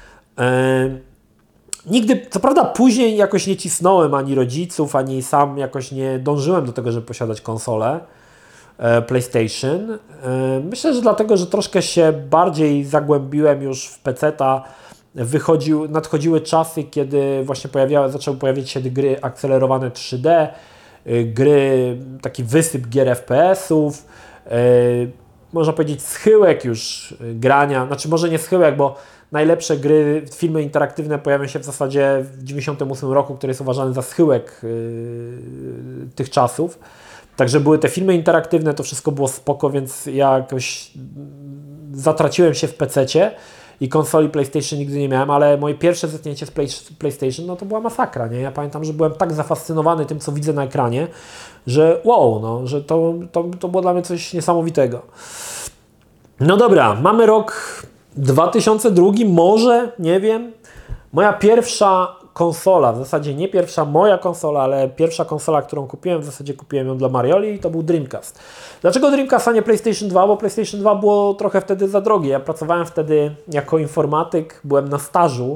Nigdy, co prawda później jakoś nie cisnąłem ani rodziców, ani sam jakoś nie dążyłem do tego, żeby posiadać konsolę PlayStation. Myślę, że dlatego, że troszkę się bardziej zagłębiłem już w PC-ta. Nadchodziły czasy, kiedy właśnie zaczęły pojawiać się gry akcelerowane 3D, gry, taki wysyp gier FPS-ów, można powiedzieć schyłek już grania, znaczy może nie schyłek, bo najlepsze gry, filmy interaktywne pojawią się w zasadzie w 1998 roku, który jest uważany za schyłek tych czasów. Także były te filmy interaktywne, to wszystko było spoko, więc ja jakoś zatraciłem się w PC-cie i konsoli PlayStation nigdy nie miałem, ale moje pierwsze zetknięcie z PlayStation, no to była masakra, nie? Ja pamiętam, że byłem tak zafascynowany tym, co widzę na ekranie, że wow, no, że to było dla mnie coś niesamowitego. No dobra, mamy rok 2002, może, nie wiem. Moja pierwsza konsola, w zasadzie nie pierwsza moja konsola, ale pierwsza konsola, którą kupiłem, w zasadzie kupiłem ją dla Marioli i to był Dreamcast. Dlaczego Dreamcast, a nie PlayStation 2? Bo PlayStation 2 było trochę wtedy za drogie. Ja pracowałem wtedy jako informatyk, byłem na stażu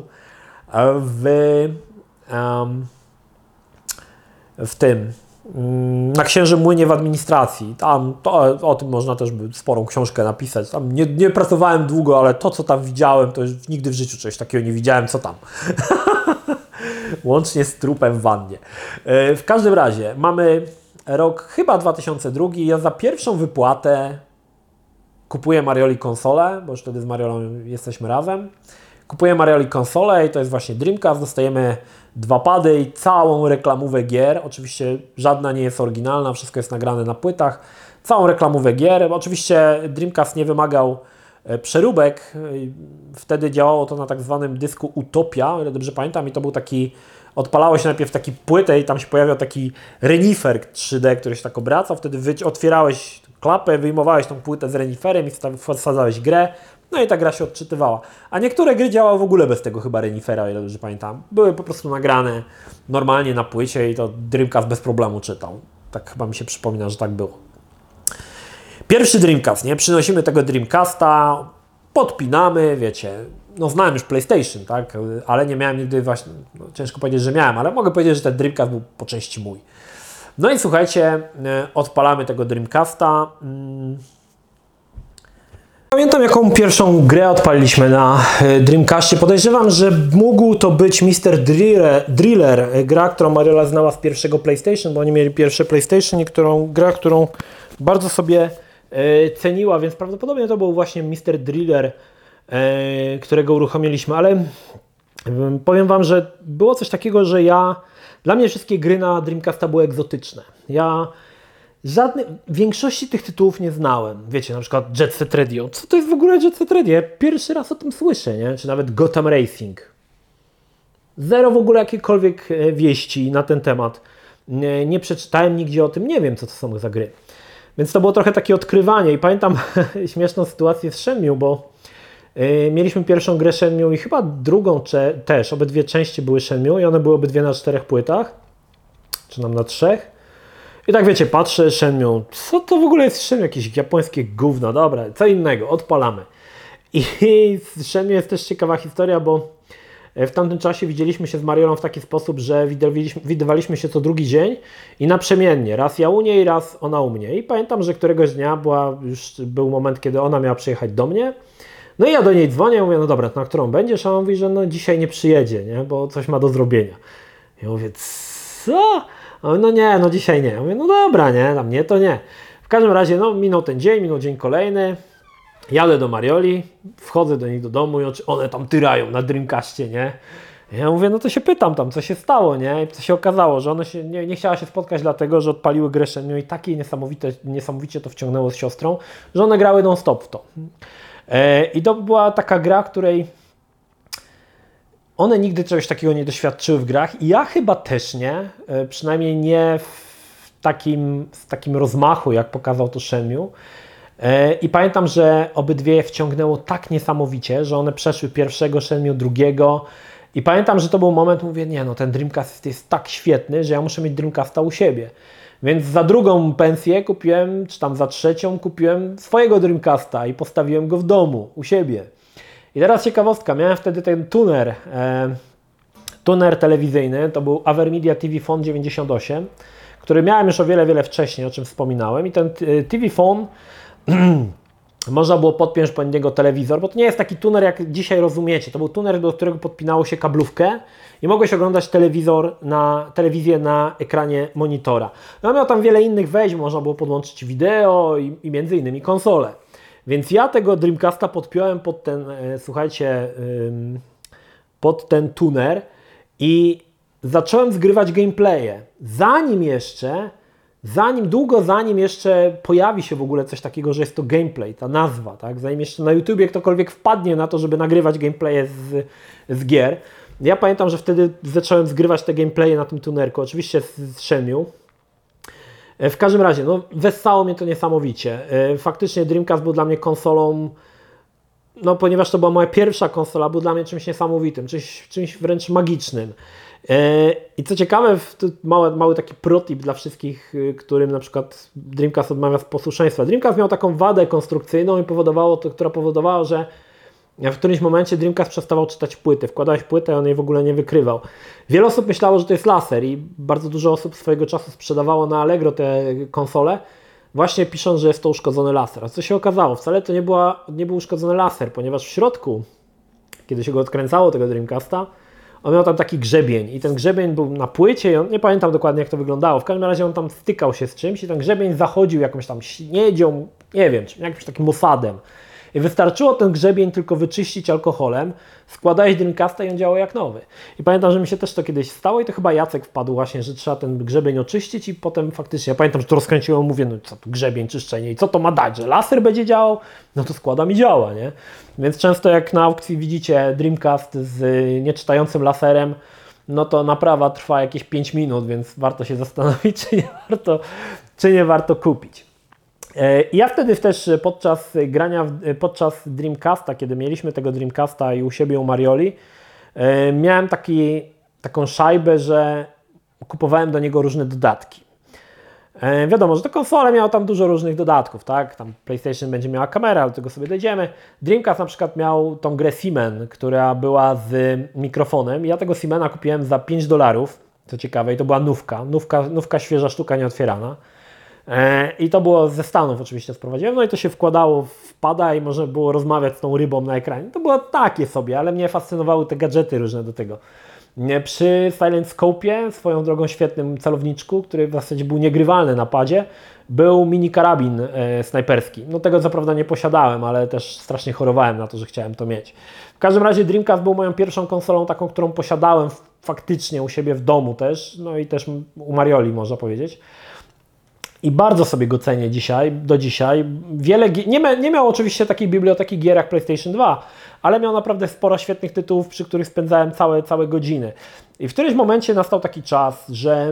na Księżym Młynie w administracji. Tam o tym można też by sporą książkę napisać. Tam nie pracowałem długo, ale to, co tam widziałem, to już nigdy w życiu czegoś takiego nie widziałem, co tam. Łącznie z trupem w wannie. W każdym razie mamy rok chyba 2002. Ja za pierwszą wypłatę kupuję Marioli konsolę, bo już wtedy z Mariolą jesteśmy razem. Kupuję Marioli konsolę i to jest właśnie Dreamcast. Dostajemy 2 pady i całą reklamówę gier. Oczywiście żadna nie jest oryginalna, wszystko jest nagrane na płytach. Całą reklamówę gier. Oczywiście Dreamcast nie wymagał przeróbek. Wtedy działało to na tak zwanym dysku Utopia, o ile dobrze pamiętam, i to był taki, odpalało się najpierw taki płytę i tam się pojawiał taki renifer 3D, który się tak obracał. Wtedy otwierałeś klapę, wyjmowałeś tą płytę z reniferem i wsadzałeś grę. No i ta gra się odczytywała. A niektóre gry działały w ogóle bez tego chyba renifera, o ile dobrze pamiętam. Były po prostu nagrane normalnie na płycie i to Dreamcast bez problemu czytał. Tak chyba mi się przypomina, że tak było. Pierwszy Dreamcast, nie? Przynosimy tego Dreamcasta, podpinamy, wiecie, no znałem już PlayStation, tak? Ale nie miałem nigdy właśnie, no ciężko powiedzieć, że miałem, ale mogę powiedzieć, że ten Dreamcast był po części mój. No i słuchajcie, odpalamy tego Dreamcasta. Pamiętam, jaką pierwszą grę odpaliliśmy na Dreamcastie. Podejrzewam, że mógł to być Mr. Driller, gra, którą Mariola znała z pierwszego PlayStation, bo oni mieli pierwsze PlayStation i grę, którą bardzo sobie ceniła, więc prawdopodobnie to był właśnie Mr. Driller, którego uruchomiliśmy, ale Powiem Wam, że było coś takiego, że dla mnie wszystkie gry na Dreamcasta były egzotyczne. Ja większości tych tytułów nie znałem. Wiecie, na przykład Jet Set Radio. Co to jest w ogóle Jet Set Radio? Ja pierwszy raz o tym słyszę, nie? Czy nawet Gotham Racing. Zero w ogóle jakiejkolwiek wieści na ten temat. Nie przeczytałem nigdzie o tym, nie wiem co to są za gry. Więc to było trochę takie odkrywanie i pamiętam śmieszną sytuację z Shenmue, bo mieliśmy pierwszą grę Shenmue i chyba drugą też, obydwie części były Shenmue i one były obydwie na 4 płytach, czy nam na 3. I tak wiecie, patrzę Shenmue, co to w ogóle jest Shenmue, jakieś japońskie gówno, dobra, co innego, odpalamy. I z Shenmue jest też ciekawa historia, bo w tamtym czasie widzieliśmy się z Mariolą w taki sposób, że widywaliśmy się co drugi dzień i naprzemiennie. Raz ja u niej, raz ona u mnie. I pamiętam, że któregoś dnia był moment, kiedy ona miała przyjechać do mnie. No i ja do niej dzwonię, mówię, no dobra, na którą będziesz? A ona mówi, że no dzisiaj nie przyjedzie, nie? Bo coś ma do zrobienia. Ja mówię, co? A mówię, no nie, no dzisiaj nie. Ja mówię, no dobra, nie, tam nie, to nie. W każdym razie, no minął ten dzień, minął dzień kolejny. Jadę do Marioli, wchodzę do nich do domu i one tam tyrają na Dreamcastie, nie? Ja mówię, no to się pytam tam, co się stało, nie? I to się okazało, że one się nie chciała się spotkać dlatego, że odpaliły grę Shenmue i takie niesamowicie to wciągnęło z siostrą, że one grały non-stop w to. I to była taka gra, której one nigdy czegoś takiego nie doświadczyły w grach i ja chyba też nie, przynajmniej nie w takim rozmachu, jak pokazał to Shenmue. I pamiętam, że obydwie wciągnęło tak niesamowicie, że one przeszły pierwszego Shenmue, drugiego i pamiętam, że to był moment, mówię, nie no, ten Dreamcast jest tak świetny, że ja muszę mieć Dreamcasta u siebie. Więc za drugą pensję kupiłem, czy tam za trzecią kupiłem swojego Dreamcasta i postawiłem go w domu, u siebie. I teraz ciekawostka, miałem wtedy ten tuner telewizyjny, to był Avermedia TV Phone 98, który miałem już o wiele wcześniej, o czym wspominałem i ten TV Phone można było podpiąć pod niego telewizor, bo to nie jest taki tuner, jak dzisiaj rozumiecie. To był tuner, do którego podpinało się kablówkę i mogłeś oglądać telewizję na ekranie monitora. No, miał tam wiele innych wejść, można było podłączyć wideo i między innymi konsolę. Więc ja tego Dreamcasta podpiąłem pod ten, słuchajcie, pod ten tuner i zacząłem zgrywać gameplaye. Długo zanim jeszcze pojawi się w ogóle coś takiego, że jest to gameplay, ta nazwa, tak? Zanim jeszcze na YouTubie ktokolwiek wpadnie na to, żeby nagrywać gameplaye z gier. Ja pamiętam, że wtedy zacząłem zgrywać te gameplaye na tym tunerku, oczywiście z Shenmue. W każdym razie, no wessało mnie to niesamowicie. Faktycznie Dreamcast był dla mnie konsolą, no ponieważ to była moja pierwsza konsola, był dla mnie czymś niesamowitym, czymś wręcz magicznym. I co ciekawe, mały taki protip dla wszystkich, którym na przykład Dreamcast odmawia posłuszeństwa. Dreamcast miał taką wadę konstrukcyjną, która powodowała, że w którymś momencie Dreamcast przestawał czytać płyty. Wkładałeś płytę i on jej w ogóle nie wykrywał. Wiele osób myślało, że to jest laser i bardzo dużo osób swojego czasu sprzedawało na Allegro te konsole, właśnie pisząc, że jest to uszkodzony laser. A co się okazało? Wcale to nie był uszkodzony laser, ponieważ w środku, kiedy się go odkręcało, tego Dreamcasta, on miał tam taki grzebień i ten grzebień był na płycie i nie pamiętam dokładnie jak to wyglądało. W każdym razie on tam stykał się z czymś i ten grzebień zachodził jakąś tam śniedzią, nie wiem, jakimś takim mosadem. I wystarczyło ten grzebień tylko wyczyścić alkoholem, składałeś Dreamcasta i on działał jak nowy. I pamiętam, że mi się też to kiedyś stało i to chyba Jacek wpadł właśnie, że trzeba ten grzebień oczyścić i potem faktycznie, ja pamiętam, że to rozkręciłem, mówię, no co tu grzebień, czyszczenie i co to ma dać, że laser będzie działał? No to składam i działa, nie? Więc często jak na aukcji widzicie Dreamcast z nieczytającym laserem, no to naprawa trwa jakieś 5 minut, więc warto się zastanowić, czy nie warto kupić. Ja wtedy też podczas Dreamcasta, kiedy mieliśmy tego Dreamcasta i u siebie u Marioli, miałem taką szajbę, że kupowałem do niego różne dodatki. Wiadomo, że te konsole miały tam dużo różnych dodatków, tak? Tam PlayStation będzie miała kamerę, ale do tego sobie dojdziemy. Dreamcast na przykład miał tą grę Seaman, która była z mikrofonem. Ja tego Seamana kupiłem za $5, co ciekawe, i to była nówka świeża sztuka, nieotwierana. I to było ze Stanów oczywiście sprowadziłem, no i to się wkładało w pada i można było rozmawiać z tą rybą na ekranie. To było takie sobie, ale mnie fascynowały te gadżety różne do tego. Przy Silent Scope'ie, swoją drogą świetnym celowniczku, który w zasadzie był niegrywalny na padzie, był mini karabin snajperski. No tego co prawda nie posiadałem, ale też strasznie chorowałem na to, że chciałem to mieć. W każdym razie Dreamcast był moją pierwszą konsolą taką, którą posiadałem faktycznie u siebie w domu też, no i też u Marioli można powiedzieć. I bardzo sobie go cenię do dzisiaj. Nie miał oczywiście takiej biblioteki gier jak PlayStation 2, ale miał naprawdę sporo świetnych tytułów, przy których spędzałem całe godziny. I w którymś momencie nastał taki czas, że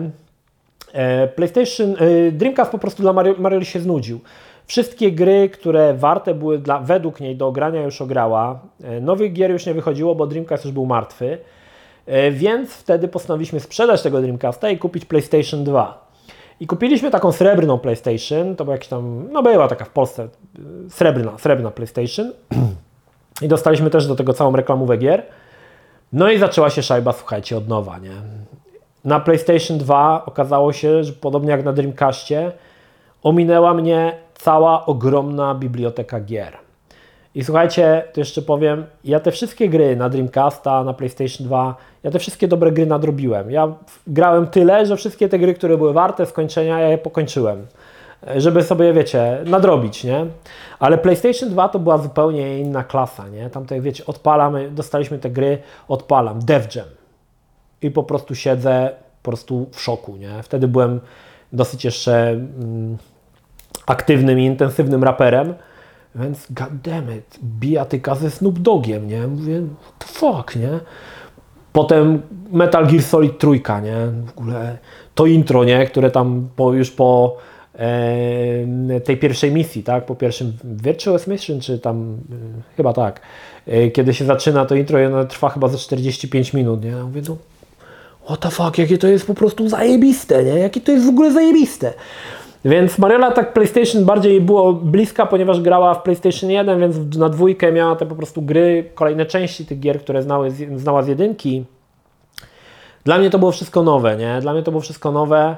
Dreamcast po prostu dla Marioli się znudził. Wszystkie gry, które warte były według niej do ogrania, już ograła. Nowych gier już nie wychodziło, bo Dreamcast już był martwy. Więc wtedy postanowiliśmy sprzedać tego Dreamcasta i kupić PlayStation 2. I kupiliśmy taką srebrną PlayStation, to była jakaś tam, no była taka w Polsce srebrna PlayStation. I dostaliśmy też do tego całą reklamówkę gier. No i zaczęła się szajba, słuchajcie, od nowa, nie? Na PlayStation 2 okazało się, że podobnie jak na Dreamcastie, ominęła mnie cała ogromna biblioteka gier. I słuchajcie, to jeszcze powiem, ja te wszystkie gry na Dreamcasta, na PlayStation 2, ja te wszystkie dobre gry nadrobiłem. Ja grałem tyle, że wszystkie te gry, które były warte skończenia, ja je pokończyłem. Żeby sobie, wiecie, nadrobić, nie? Ale PlayStation 2 to była zupełnie inna klasa, nie? Tam tutaj, wiecie, dostaliśmy te gry, odpalam, Def Jam. I po prostu siedzę w szoku, nie? Wtedy byłem dosyć jeszcze aktywnym i intensywnym raperem, więc goddammit, bijatyka ze Snoop Doggiem, nie? Mówię, what the fuck, nie? Potem Metal Gear Solid 3, nie? W ogóle to intro, nie? Które tam już po tej pierwszej misji, tak? Po pierwszym Virtuous Mission, czy tam chyba tak. Kiedy się zaczyna to intro i ono trwa chyba ze 45 minut, nie? Ja mówię, no what the fuck, jakie to jest po prostu zajebiste, nie? Jakie to jest w ogóle zajebiste. Więc Mariola tak PlayStation bardziej było bliska, ponieważ grała w PlayStation 1, więc na dwójkę miała te po prostu gry, kolejne części tych gier, które znała z jedynki. Dla mnie to było wszystko nowe, nie? Dla mnie to było wszystko nowe.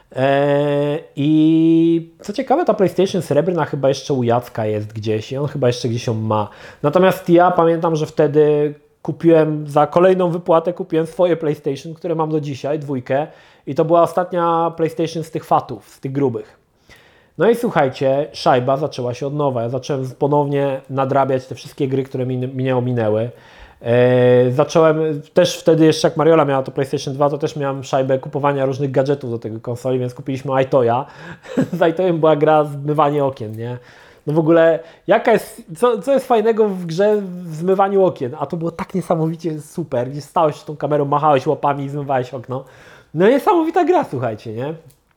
I co ciekawe, ta PlayStation srebrna chyba jeszcze u Jacka jest gdzieś i on chyba jeszcze gdzieś ją ma. Natomiast ja pamiętam, że wtedy kupiłem za kolejną wypłatę swoje PlayStation, które mam do dzisiaj, dwójkę. I to była ostatnia PlayStation z tych fatów, z tych grubych. No i słuchajcie, szajba zaczęła się od nowa. Ja zacząłem ponownie nadrabiać te wszystkie gry, które mnie ominęły. Zacząłem też wtedy jeszcze jak Mariola miała to PlayStation 2, to też miałem szajbę kupowania różnych gadżetów do tego konsoli, więc kupiliśmy iToya. Z iToyem była gra zmywanie okien, nie? No w ogóle, co jest fajnego w grze w zmywaniu okien? A to było tak niesamowicie super, gdzie stałeś z tą kamerą, machałeś łapami i zmywałeś okno. No niesamowita gra, słuchajcie, nie?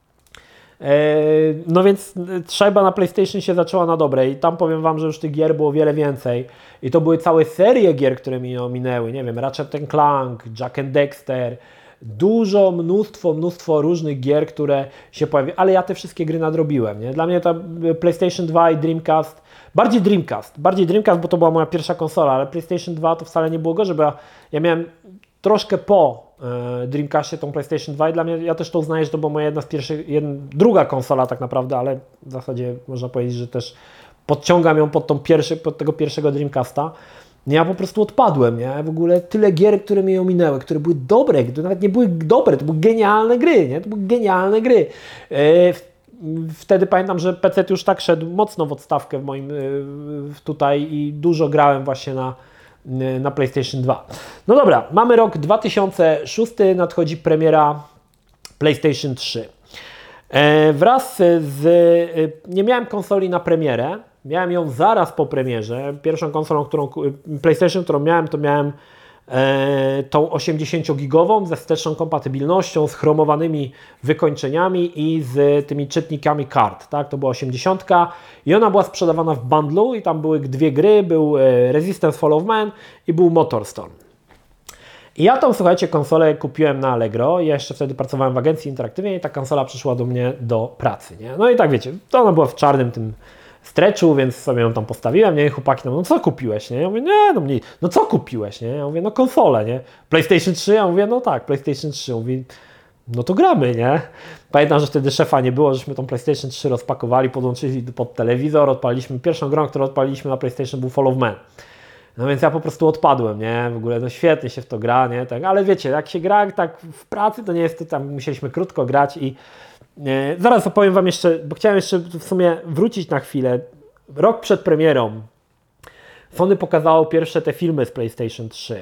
No więc szajba na PlayStation się zaczęła na dobre i tam powiem Wam, że już tych gier było wiele więcej i to były całe serie gier, które mi ominęły, nie wiem, Ratchet & Clank, Jak and Dexter, mnóstwo różnych gier, które się pojawiły, ale ja te wszystkie gry nadrobiłem, nie? Dla mnie ta PlayStation 2 i Dreamcast, bardziej Dreamcast, bo to była moja pierwsza konsola, ale PlayStation 2 to wcale nie było gorzej, bo ja miałem troszkę po Dreamcastie tą PlayStation 2 i dla mnie, ja też to uznaję, że to była moja druga konsola tak naprawdę, ale w zasadzie można powiedzieć, że też podciągam ją pod tego pierwszego Dreamcasta. Ja po prostu odpadłem, nie? W ogóle tyle gier, które mnie ominęły, które były dobre, które nawet nie były dobre, to były genialne gry, nie? To były genialne gry. Wtedy pamiętam, że PC już tak szedł mocno w odstawkę w moim tutaj i dużo grałem właśnie na PlayStation 2. No dobra, mamy rok 2006, nadchodzi premiera PlayStation 3. Nie miałem konsoli na premierę, miałem ją zaraz po premierze. Pierwszą konsolą, PlayStation, którą miałem, to miałem tą 80-gigową ze wsteczną kompatybilnością, z chromowanymi wykończeniami i z tymi czytnikami kart. Tak? To była 80 i ona była sprzedawana w bundlu i tam były dwie gry, był Resistance Fall of Man i był Motorstorm. I ja tą, słuchajcie, konsolę kupiłem na Allegro, ja jeszcze wtedy pracowałem w agencji interaktywnej i ta konsola przyszła do mnie do pracy, nie? No i tak wiecie, to ona była w czarnym tym stretchu, więc sobie ją tam postawiłem, nie? Chłopaki, no co kupiłeś, nie? Ja mówię, no co kupiłeś, nie? Ja mówię, no konsolę, nie? PlayStation 3? Ja mówię, no tak, PlayStation 3. Mówi, no to gramy, nie? Pamiętam, że wtedy szefa nie było, żeśmy tą PlayStation 3 rozpakowali, podłączyli pod telewizor, odpaliliśmy, pierwszą grą, którą odpaliliśmy na PlayStation był Fall of Man. No więc ja po prostu odpadłem, nie? W ogóle no świetnie się w to gra, nie? Tak, ale wiecie, jak się gra tak w pracy, to nie jest to tam, musieliśmy krótko grać i zaraz opowiem wam jeszcze, bo chciałem jeszcze w sumie wrócić na chwilę. Rok przed premierą Sony pokazało pierwsze te filmy z PlayStation 3.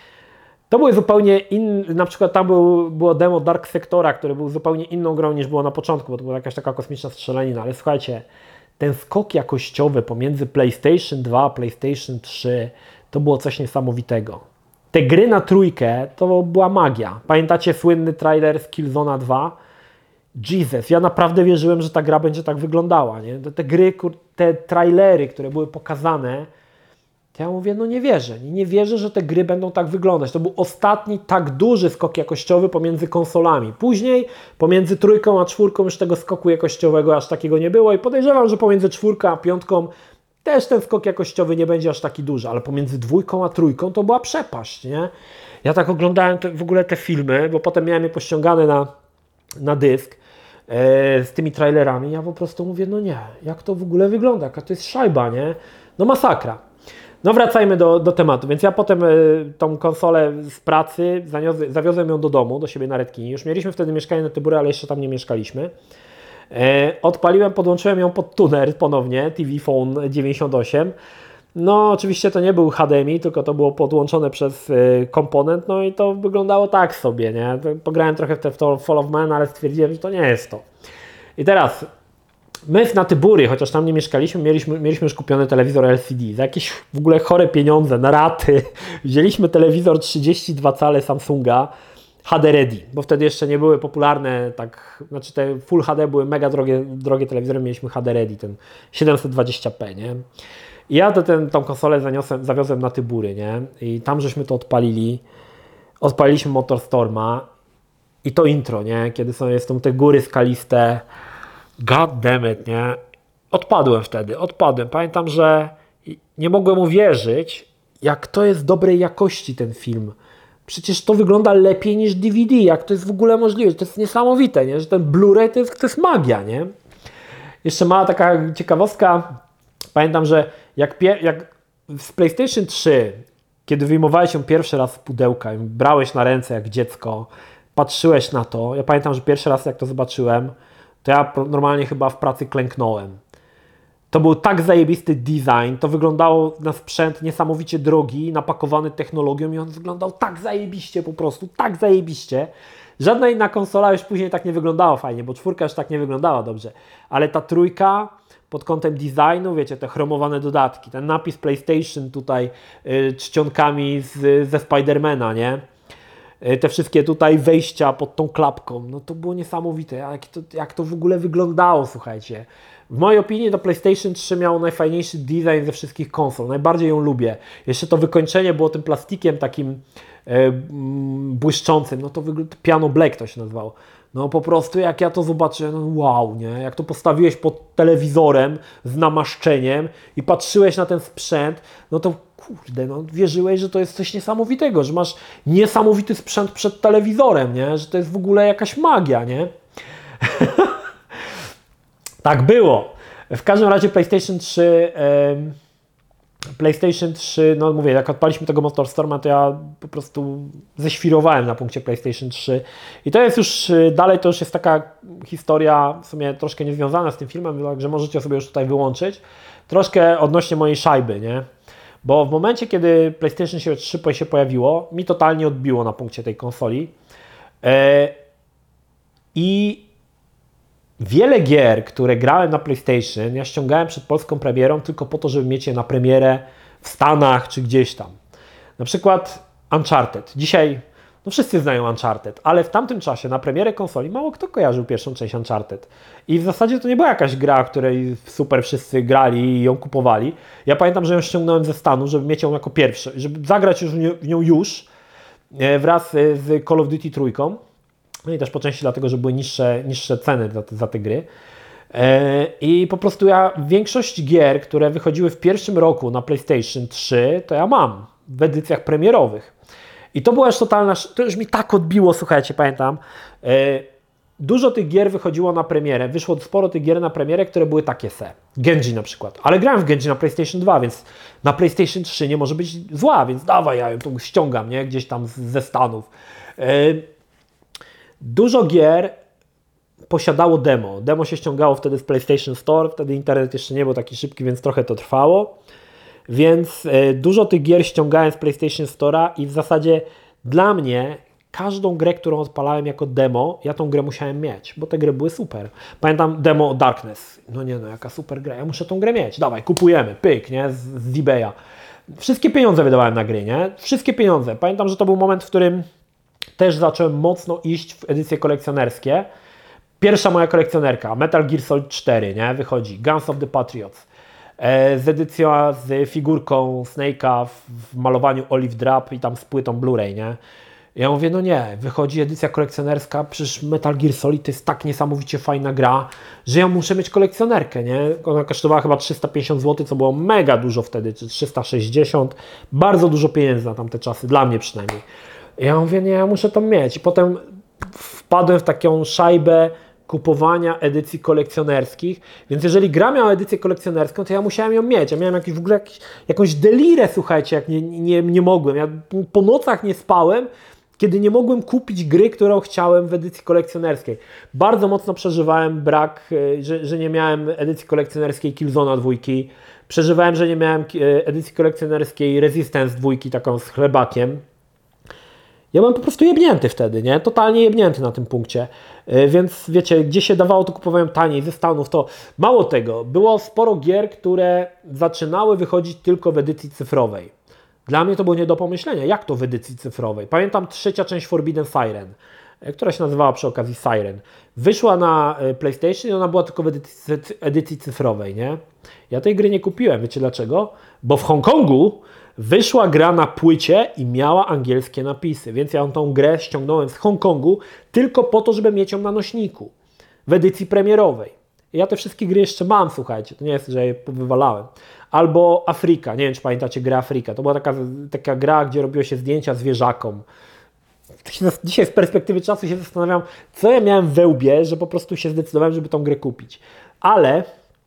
To były zupełnie inne, na przykład tam było demo Dark Sectora, który był zupełnie inną grą niż było na początku, bo to była jakaś taka kosmiczna strzelanina, ale słuchajcie, ten skok jakościowy pomiędzy PlayStation 2 a PlayStation 3 to było coś niesamowitego. Te gry na trójkę to była magia. Pamiętacie słynny trailer z Killzone'a 2? Jesus, ja naprawdę wierzyłem, że ta gra będzie tak wyglądała, nie? Te gry, te trailery, które były pokazane, to ja mówię, no nie wierzę, że te gry będą tak wyglądać. To był ostatni tak duży skok jakościowy pomiędzy konsolami. Później pomiędzy trójką a czwórką już tego skoku jakościowego aż takiego nie było i podejrzewam, że pomiędzy czwórką a piątką też ten skok jakościowy nie będzie aż taki duży, ale pomiędzy dwójką a trójką to była przepaść, nie? Ja tak oglądałem w ogóle te filmy, bo potem miałem je pościągane na dysk z tymi trailerami. Ja po prostu mówię, no nie, jak to w ogóle wygląda, jaka to jest szajba, nie? No masakra. No wracajmy do tematu, więc ja potem tą konsolę z pracy zawiozłem ją do domu, do siebie na Redkini. Już mieliśmy wtedy mieszkanie na Tyburę, ale jeszcze tam nie mieszkaliśmy. Odpaliłem, podłączyłem ją pod tuner ponownie, TV Phone 98. No oczywiście to nie był HDMI, tylko to było podłączone przez komponent, no i to wyglądało tak sobie, nie? Pograłem trochę w Fall of Man, ale stwierdziłem, że to nie jest to. I teraz my na Tybury, chociaż tam nie mieszkaliśmy, mieliśmy już kupiony telewizor LCD za jakieś w ogóle chore pieniądze, na raty. Wzięliśmy telewizor 32 cale Samsunga HD Ready, bo wtedy jeszcze nie były popularne, tak, znaczy te Full HD były mega drogie telewizory, mieliśmy HD Ready, ten 720p, nie? I ja tą konsolę zawiozłem na Tybury, nie? I tam żeśmy to odpaliliśmy Motorstorma i to intro, nie? Kiedy są te góry skaliste, god damn it, nie? Odpadłem. Pamiętam, że nie mogłem uwierzyć, jak to jest dobrej jakości ten film. Przecież to wygląda lepiej niż DVD, jak to jest w ogóle możliwe, to jest niesamowite, nie? Że ten Blu-ray to jest magia, nie? Jeszcze mała taka ciekawostka, pamiętam, że jak z PlayStation 3, kiedy wyjmowałeś ją pierwszy raz z pudełka i brałeś na ręce jak dziecko, patrzyłeś na to, ja pamiętam, że pierwszy raz jak to zobaczyłem, to ja normalnie chyba w pracy klęknąłem. To był tak zajebisty design, to wyglądało na sprzęt niesamowicie drogi, napakowany technologią i on wyglądał tak zajebiście po prostu, tak zajebiście. Żadna inna konsola już później tak nie wyglądała fajnie, bo czwórka już tak nie wyglądała dobrze. Ale ta trójka pod kątem designu, wiecie, te chromowane dodatki, ten napis PlayStation tutaj czcionkami ze Spidermana, nie? Te wszystkie tutaj wejścia pod tą klapką, no to było niesamowite, jak to w ogóle wyglądało, słuchajcie. W mojej opinii to PlayStation 3 miało najfajniejszy design ze wszystkich konsol, najbardziej ją lubię. Jeszcze to wykończenie było tym plastikiem takim błyszczącym, no to Piano Black to się nazywało. No po prostu jak ja to zobaczyłem, no wow, nie? Jak to postawiłeś pod telewizorem z namaszczeniem i patrzyłeś na ten sprzęt, no to kurde, no wierzyłeś, że to jest coś niesamowitego, że masz niesamowity sprzęt przed telewizorem, nie? Że to jest w ogóle jakaś magia, nie? Tak było. W każdym razie PlayStation 3, no mówię, jak odpaliśmy tego Motorstorma, to ja po prostu ześwirowałem na punkcie PlayStation 3 i to jest już dalej, to już jest taka historia w sumie troszkę niezwiązana z tym filmem, także możecie sobie już tutaj wyłączyć. Troszkę odnośnie mojej szajby, nie? Bo w momencie, kiedy PlayStation 3 się pojawiło, mi totalnie odbiło na punkcie tej konsoli i wiele gier, które grałem na PlayStation, ja ściągałem przed polską premierą tylko po to, żeby mieć je na premierę w Stanach czy gdzieś tam. Na przykład Uncharted. Dzisiaj, no wszyscy znają Uncharted, ale w tamtym czasie na premierę konsoli mało kto kojarzył pierwszą część Uncharted. I w zasadzie to nie była jakaś gra, której super wszyscy grali i ją kupowali. Ja pamiętam, że ją ściągnąłem ze Stanów, żeby mieć ją jako pierwszy, żeby zagrać już w nią wraz z Call of Duty trójką. No i też po części dlatego, że były niższe ceny za te gry. I po prostu ja większość gier, które wychodziły w pierwszym roku na PlayStation 3, to ja mam w edycjach premierowych. I to była już totalna, to już mi tak odbiło, słuchajcie, pamiętam. dużo tych gier wychodziło na premierę, wyszło sporo tych gier na premierę, które były takie Genji na przykład, ale grałem w Genji na PlayStation 2, więc na PlayStation 3 nie może być zła, więc dawaj, ja ją tu ściągam, nie? Gdzieś tam ze Stanów. Dużo gier posiadało demo. Demo się ściągało wtedy z PlayStation Store, wtedy internet jeszcze nie był taki szybki, więc trochę to trwało. Więc dużo tych gier ściągałem z PlayStation Store'a i w zasadzie dla mnie każdą grę, którą odpalałem jako demo, ja tą grę musiałem mieć, bo te gry były super. Pamiętam demo Darkness. No nie no, jaka super gra, ja muszę tą grę mieć. Dawaj, kupujemy, pyk, nie, z eBaya. Wszystkie pieniądze wydawałem na gry, nie? Wszystkie pieniądze. Pamiętam, że to był moment, w którym też zacząłem mocno iść w edycje kolekcjonerskie. Pierwsza moja kolekcjonerka, Metal Gear Solid 4, nie? Wychodzi, Guns of the Patriots. Z edycją z figurką Snake'a w malowaniu Olive Drab i tam z płytą Blu-ray, nie? Ja mówię, no nie, wychodzi edycja kolekcjonerska, przecież Metal Gear Solid to jest tak niesamowicie fajna gra, że ja muszę mieć kolekcjonerkę, nie? Ona kosztowała chyba 350 zł, co było mega dużo wtedy, czy 360, bardzo dużo pieniędzy na tamte czasy, dla mnie przynajmniej. Ja mówię, nie, ja muszę to mieć. I potem wpadłem w taką szajbę kupowania edycji kolekcjonerskich, więc jeżeli gra miała edycję kolekcjonerską, to ja musiałem ją mieć. Ja miałem w ogóle jakąś delirę, słuchajcie, jak nie mogłem. Ja po nocach nie spałem, kiedy nie mogłem kupić gry, którą chciałem w edycji kolekcjonerskiej. Bardzo mocno przeżywałem brak, że nie miałem edycji kolekcjonerskiej Killzone'a 2. Przeżywałem, że nie miałem edycji kolekcjonerskiej Resistance 2, taką z chlebakiem. Ja byłem po prostu jebnięty wtedy, nie? Totalnie jebnięty na tym punkcie. Więc wiecie, gdzie się dawało, to kupowałem taniej ze Stanów. To mało tego, było sporo gier, które zaczynały wychodzić tylko w edycji cyfrowej. Dla mnie to było nie do pomyślenia. Jak to w edycji cyfrowej? Pamiętam trzecia część Forbidden Siren, która się nazywała przy okazji Siren. Wyszła na PlayStation i ona była tylko w edycji cyfrowej, nie? Ja tej gry nie kupiłem. Wiecie dlaczego? Bo w Hongkongu wyszła gra na płycie i miała angielskie napisy, więc ja tą grę ściągnąłem z Hongkongu tylko po to, żeby mieć ją na nośniku w edycji premierowej. I ja te wszystkie gry jeszcze mam, słuchajcie, to nie jest, że je wywalałem. Albo Afryka, nie wiem, czy pamiętacie grę Afryka. To była taka gra, gdzie robiło się zdjęcia zwierzakom. Dzisiaj z perspektywy czasu się zastanawiam, co ja miałem we łbie, że po prostu się zdecydowałem, żeby tą grę kupić. Ale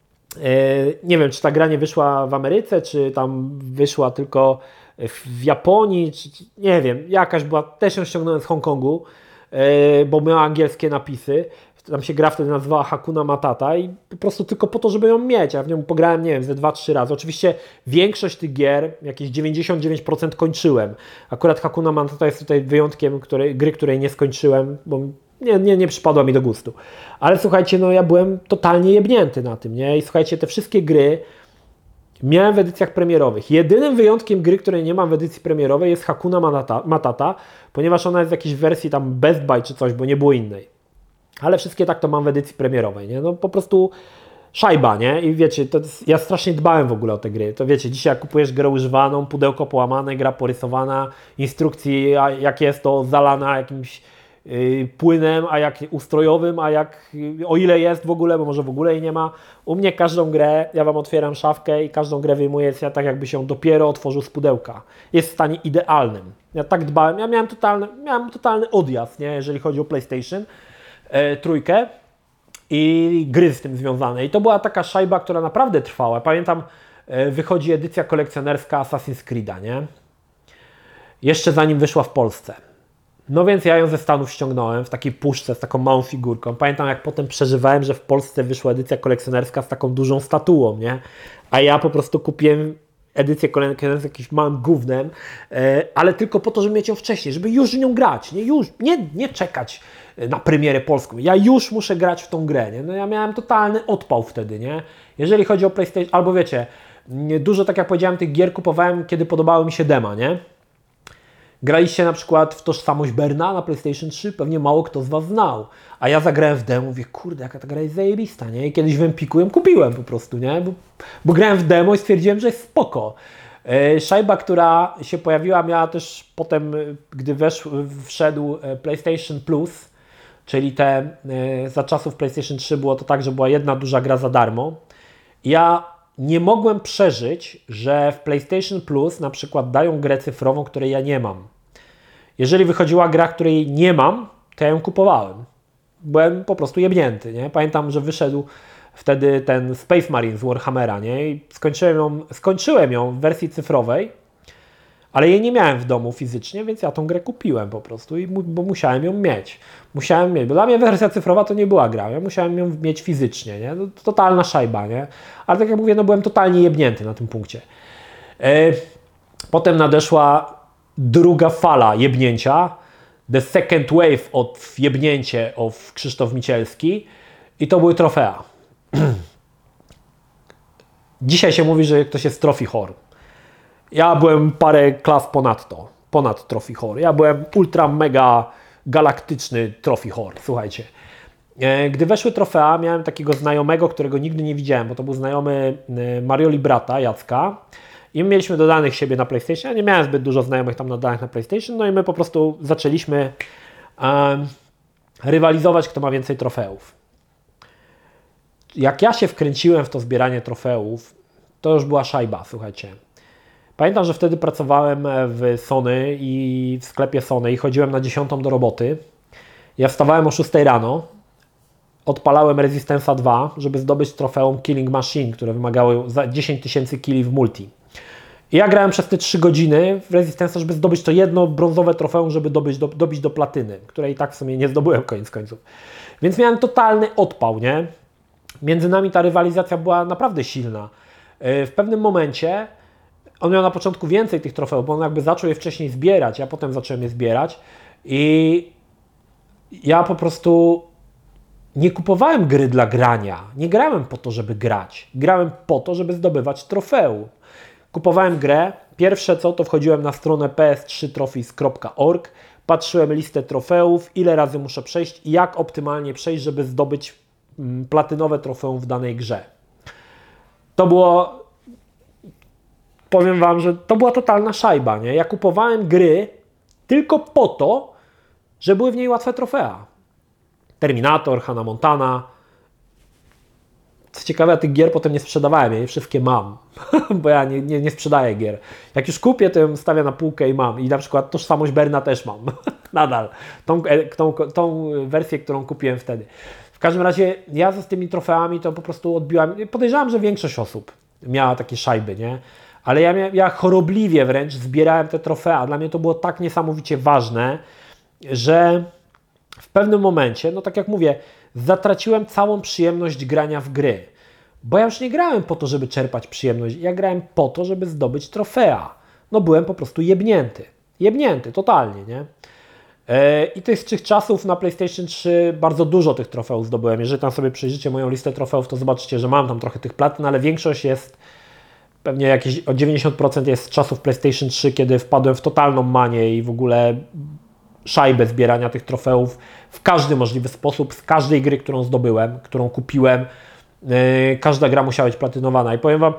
nie wiem, czy ta gra nie wyszła w Ameryce, czy tam wyszła tylko w Japonii, czy nie wiem, jakaś była, też ją ściągnąłem z Hongkongu, bo miała angielskie napisy. Tam się gra wtedy nazywała Hakuna Matata i po prostu tylko po to, żeby ją mieć. Ja w nią pograłem, nie wiem, ze 2-3 razy. Oczywiście większość tych gier, jakieś 99% kończyłem. Akurat Hakuna Matata jest tutaj wyjątkiem gry, której nie skończyłem, bo nie przypadła mi do gustu. Ale słuchajcie, no ja byłem totalnie jebnięty na tym, nie? I słuchajcie, te wszystkie gry miałem w edycjach premierowych. Jedynym wyjątkiem gry, której nie mam w edycji premierowej, jest Hakuna Matata, ponieważ ona jest w jakiejś wersji tam Best Buy czy coś, bo nie było innej. Ale wszystkie tak to mam w edycji premierowej, nie? No po prostu szajba, nie? I wiecie, ja strasznie dbałem w ogóle o te gry. To wiecie, dzisiaj jak kupujesz grę używaną, pudełko połamane, gra porysowana, instrukcji, jak jest to zalana jakimś płynem, a jak ustrojowym, o ile jest w ogóle, bo może w ogóle jej nie ma. U mnie każdą grę, ja Wam otwieram szafkę i każdą grę wyjmuję tak, jakby się dopiero otworzył z pudełka. Jest w stanie idealnym. Ja tak dbałem, ja miałem totalny odjazd, nie? Jeżeli chodzi o PlayStation trójkę i gry z tym związane. I to była taka szajba, która naprawdę trwała. Pamiętam, wychodzi edycja kolekcjonerska Assassin's Creed'a, nie? Jeszcze zanim wyszła w Polsce. No więc ja ją ze Stanów ściągnąłem w takiej puszce z taką małą figurką. Pamiętam, jak potem przeżywałem, że w Polsce wyszła edycja kolekcjonerska z taką dużą statuą, nie? A ja po prostu kupiłem edycję kolekcjonerską z jakimś małym gównem, ale tylko po to, żeby mieć ją wcześniej, żeby już w nią grać, nie czekać na premierę polską. Ja już muszę grać w tą grę, nie? No ja miałem totalny odpał wtedy, nie? Jeżeli chodzi o PlayStation, albo wiecie, dużo, tak jak powiedziałem, tych gier kupowałem, kiedy podobały mi się dema, nie? Graliście na przykład w Tożsamość Berna na PlayStation 3, pewnie mało kto z Was znał. A ja zagrałem w demo, mówię, kurde, jaka ta gra jest zajebista, nie? I kiedyś w Empiku ją kupiłem po prostu, nie? Bo grałem w demo i stwierdziłem, że jest spoko. Szajba, która się pojawiła, miała też potem, gdy wszedł PlayStation Plus, czyli za czasów PlayStation 3 było to tak, że była jedna duża gra za darmo. Ja nie mogłem przeżyć, że w PlayStation Plus na przykład dają grę cyfrową, której ja nie mam. Jeżeli wychodziła gra, której nie mam, to ja ją kupowałem. byłem po prostu jebnięty, nie? Pamiętam, że wyszedł wtedy ten Space Marine z Warhammera, nie? I skończyłem ją w wersji cyfrowej, ale jej nie miałem w domu fizycznie, więc ja tą grę kupiłem po prostu, bo musiałem ją mieć. Bo dla mnie wersja cyfrowa to nie była gra, ja musiałem ją mieć fizycznie, nie? To totalna szajba, nie? Ale tak jak mówię, no byłem totalnie jebnięty na tym punkcie. Potem nadeszła druga fala jebnięcia, the second wave of jebnięcie of Krzysztof Micielski i to były trofea. Dzisiaj się mówi, że ktoś jest trophy whore. Ja byłem parę klas ponad trophy whore. Ja byłem ultra mega galaktyczny trophy whore, słuchajcie. Gdy weszły trofea, miałem takiego znajomego, którego nigdy nie widziałem, bo to był znajomy Marioli brata, Jacka. I my mieliśmy dodanych siebie na PlayStation. Ja nie miałem zbyt dużo znajomych tam dodanych na PlayStation, no i my po prostu zaczęliśmy rywalizować, kto ma więcej trofeów. Jak ja się wkręciłem w to zbieranie trofeów, to już była szajba, słuchajcie. Pamiętam, że wtedy pracowałem w Sony i w sklepie Sony i chodziłem na 10 do roboty. Ja wstawałem o 6 rano, odpalałem Resistance'a 2, żeby zdobyć trofeum Killing Machine, które wymagało za 10 000 killi w multi. I ja grałem przez te 3 godziny w Resistance'a, żeby zdobyć to jedno brązowe trofeum, żeby dobić do platyny, której i tak w sumie nie zdobyłem koniec końców. Więc miałem totalny odpał, nie? Między nami ta rywalizacja była naprawdę silna. W pewnym momencie on miał na początku więcej tych trofeów, bo on jakby zaczął je wcześniej zbierać, ja potem zacząłem je zbierać i ja po prostu nie kupowałem gry dla grania. Nie grałem po to, żeby grać. Grałem po to, żeby zdobywać trofeum. Kupowałem grę. Pierwsze co, to wchodziłem na stronę ps3trophies.org, patrzyłem listę trofeów, ile razy muszę przejść i jak optymalnie przejść, żeby zdobyć platynowe trofeum w danej grze. To było, powiem Wam, że to była totalna szajba, nie? Ja kupowałem gry tylko po to, że były w niej łatwe trofea. Terminator, Hannah Montana. Co ciekawe, ja tych gier potem nie sprzedawałem, ja je wszystkie mam, bo ja nie sprzedaję gier. Jak już kupię, to ją stawię na półkę i mam. I na przykład Tożsamość Berna też mam, nadal. Tą wersję, którą kupiłem wtedy. W każdym razie ja z tymi trofeami to po prostu odbiłam. Podejrzewam, że większość osób miała takie szajby, nie? Ale ja chorobliwie wręcz zbierałem te trofea. Dla mnie to było tak niesamowicie ważne, że w pewnym momencie, no tak jak mówię, zatraciłem całą przyjemność grania w gry. Bo ja już nie grałem po to, żeby czerpać przyjemność. Ja grałem po to, żeby zdobyć trofea. No byłem po prostu jebnięty. Jebnięty, totalnie, nie? I z tych czasów na PlayStation 3 bardzo dużo tych trofeów zdobyłem. Jeżeli tam sobie przejrzycie moją listę trofeów, to zobaczycie, że mam tam trochę tych platyn, ale większość jest, pewnie jakieś o 90% jest z czasów PlayStation 3, kiedy wpadłem w totalną manię i w ogóle szajbę zbierania tych trofeów w każdy możliwy sposób, z każdej gry, którą zdobyłem, którą kupiłem. Każda gra musiała być platynowana i powiem Wam,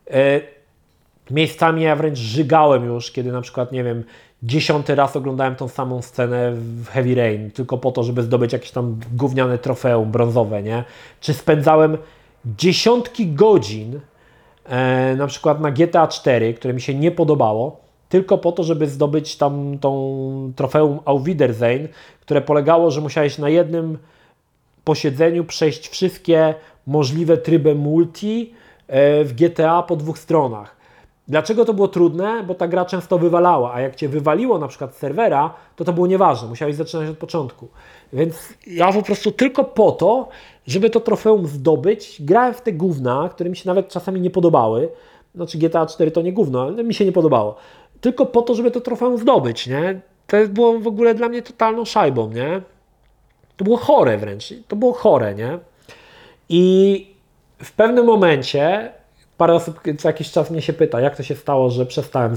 miejscami ja wręcz żygałem już, kiedy na przykład, nie wiem, 10. raz oglądałem tą samą scenę w Heavy Rain, tylko po to, żeby zdobyć jakieś tam gówniane trofeum brązowe, nie? Czy spędzałem dziesiątki godzin na przykład na GTA 4, które mi się nie podobało, tylko po to, żeby zdobyć tam tą trofeum Auf Wiedersehen, które polegało, że musiałeś na jednym posiedzeniu przejść wszystkie możliwe tryby multi w GTA po 2 stronach. Dlaczego to było trudne? Bo ta gra często wywalała, a jak Cię wywaliło na przykład z serwera, to było nieważne, musiałeś zaczynać od początku. Więc ja po prostu tylko po to, żeby to trofeum zdobyć, grałem w te gówna, które mi się nawet czasami nie podobały. Znaczy GTA 4 to nie gówno, ale mi się nie podobało. Tylko po to, żeby to trofeum zdobyć, nie? To było w ogóle dla mnie totalną szajbą, nie? To było chore wręcz, to było chore, nie? I w pewnym momencie parę osób co jakiś czas mnie się pyta, jak to się stało, że przestałem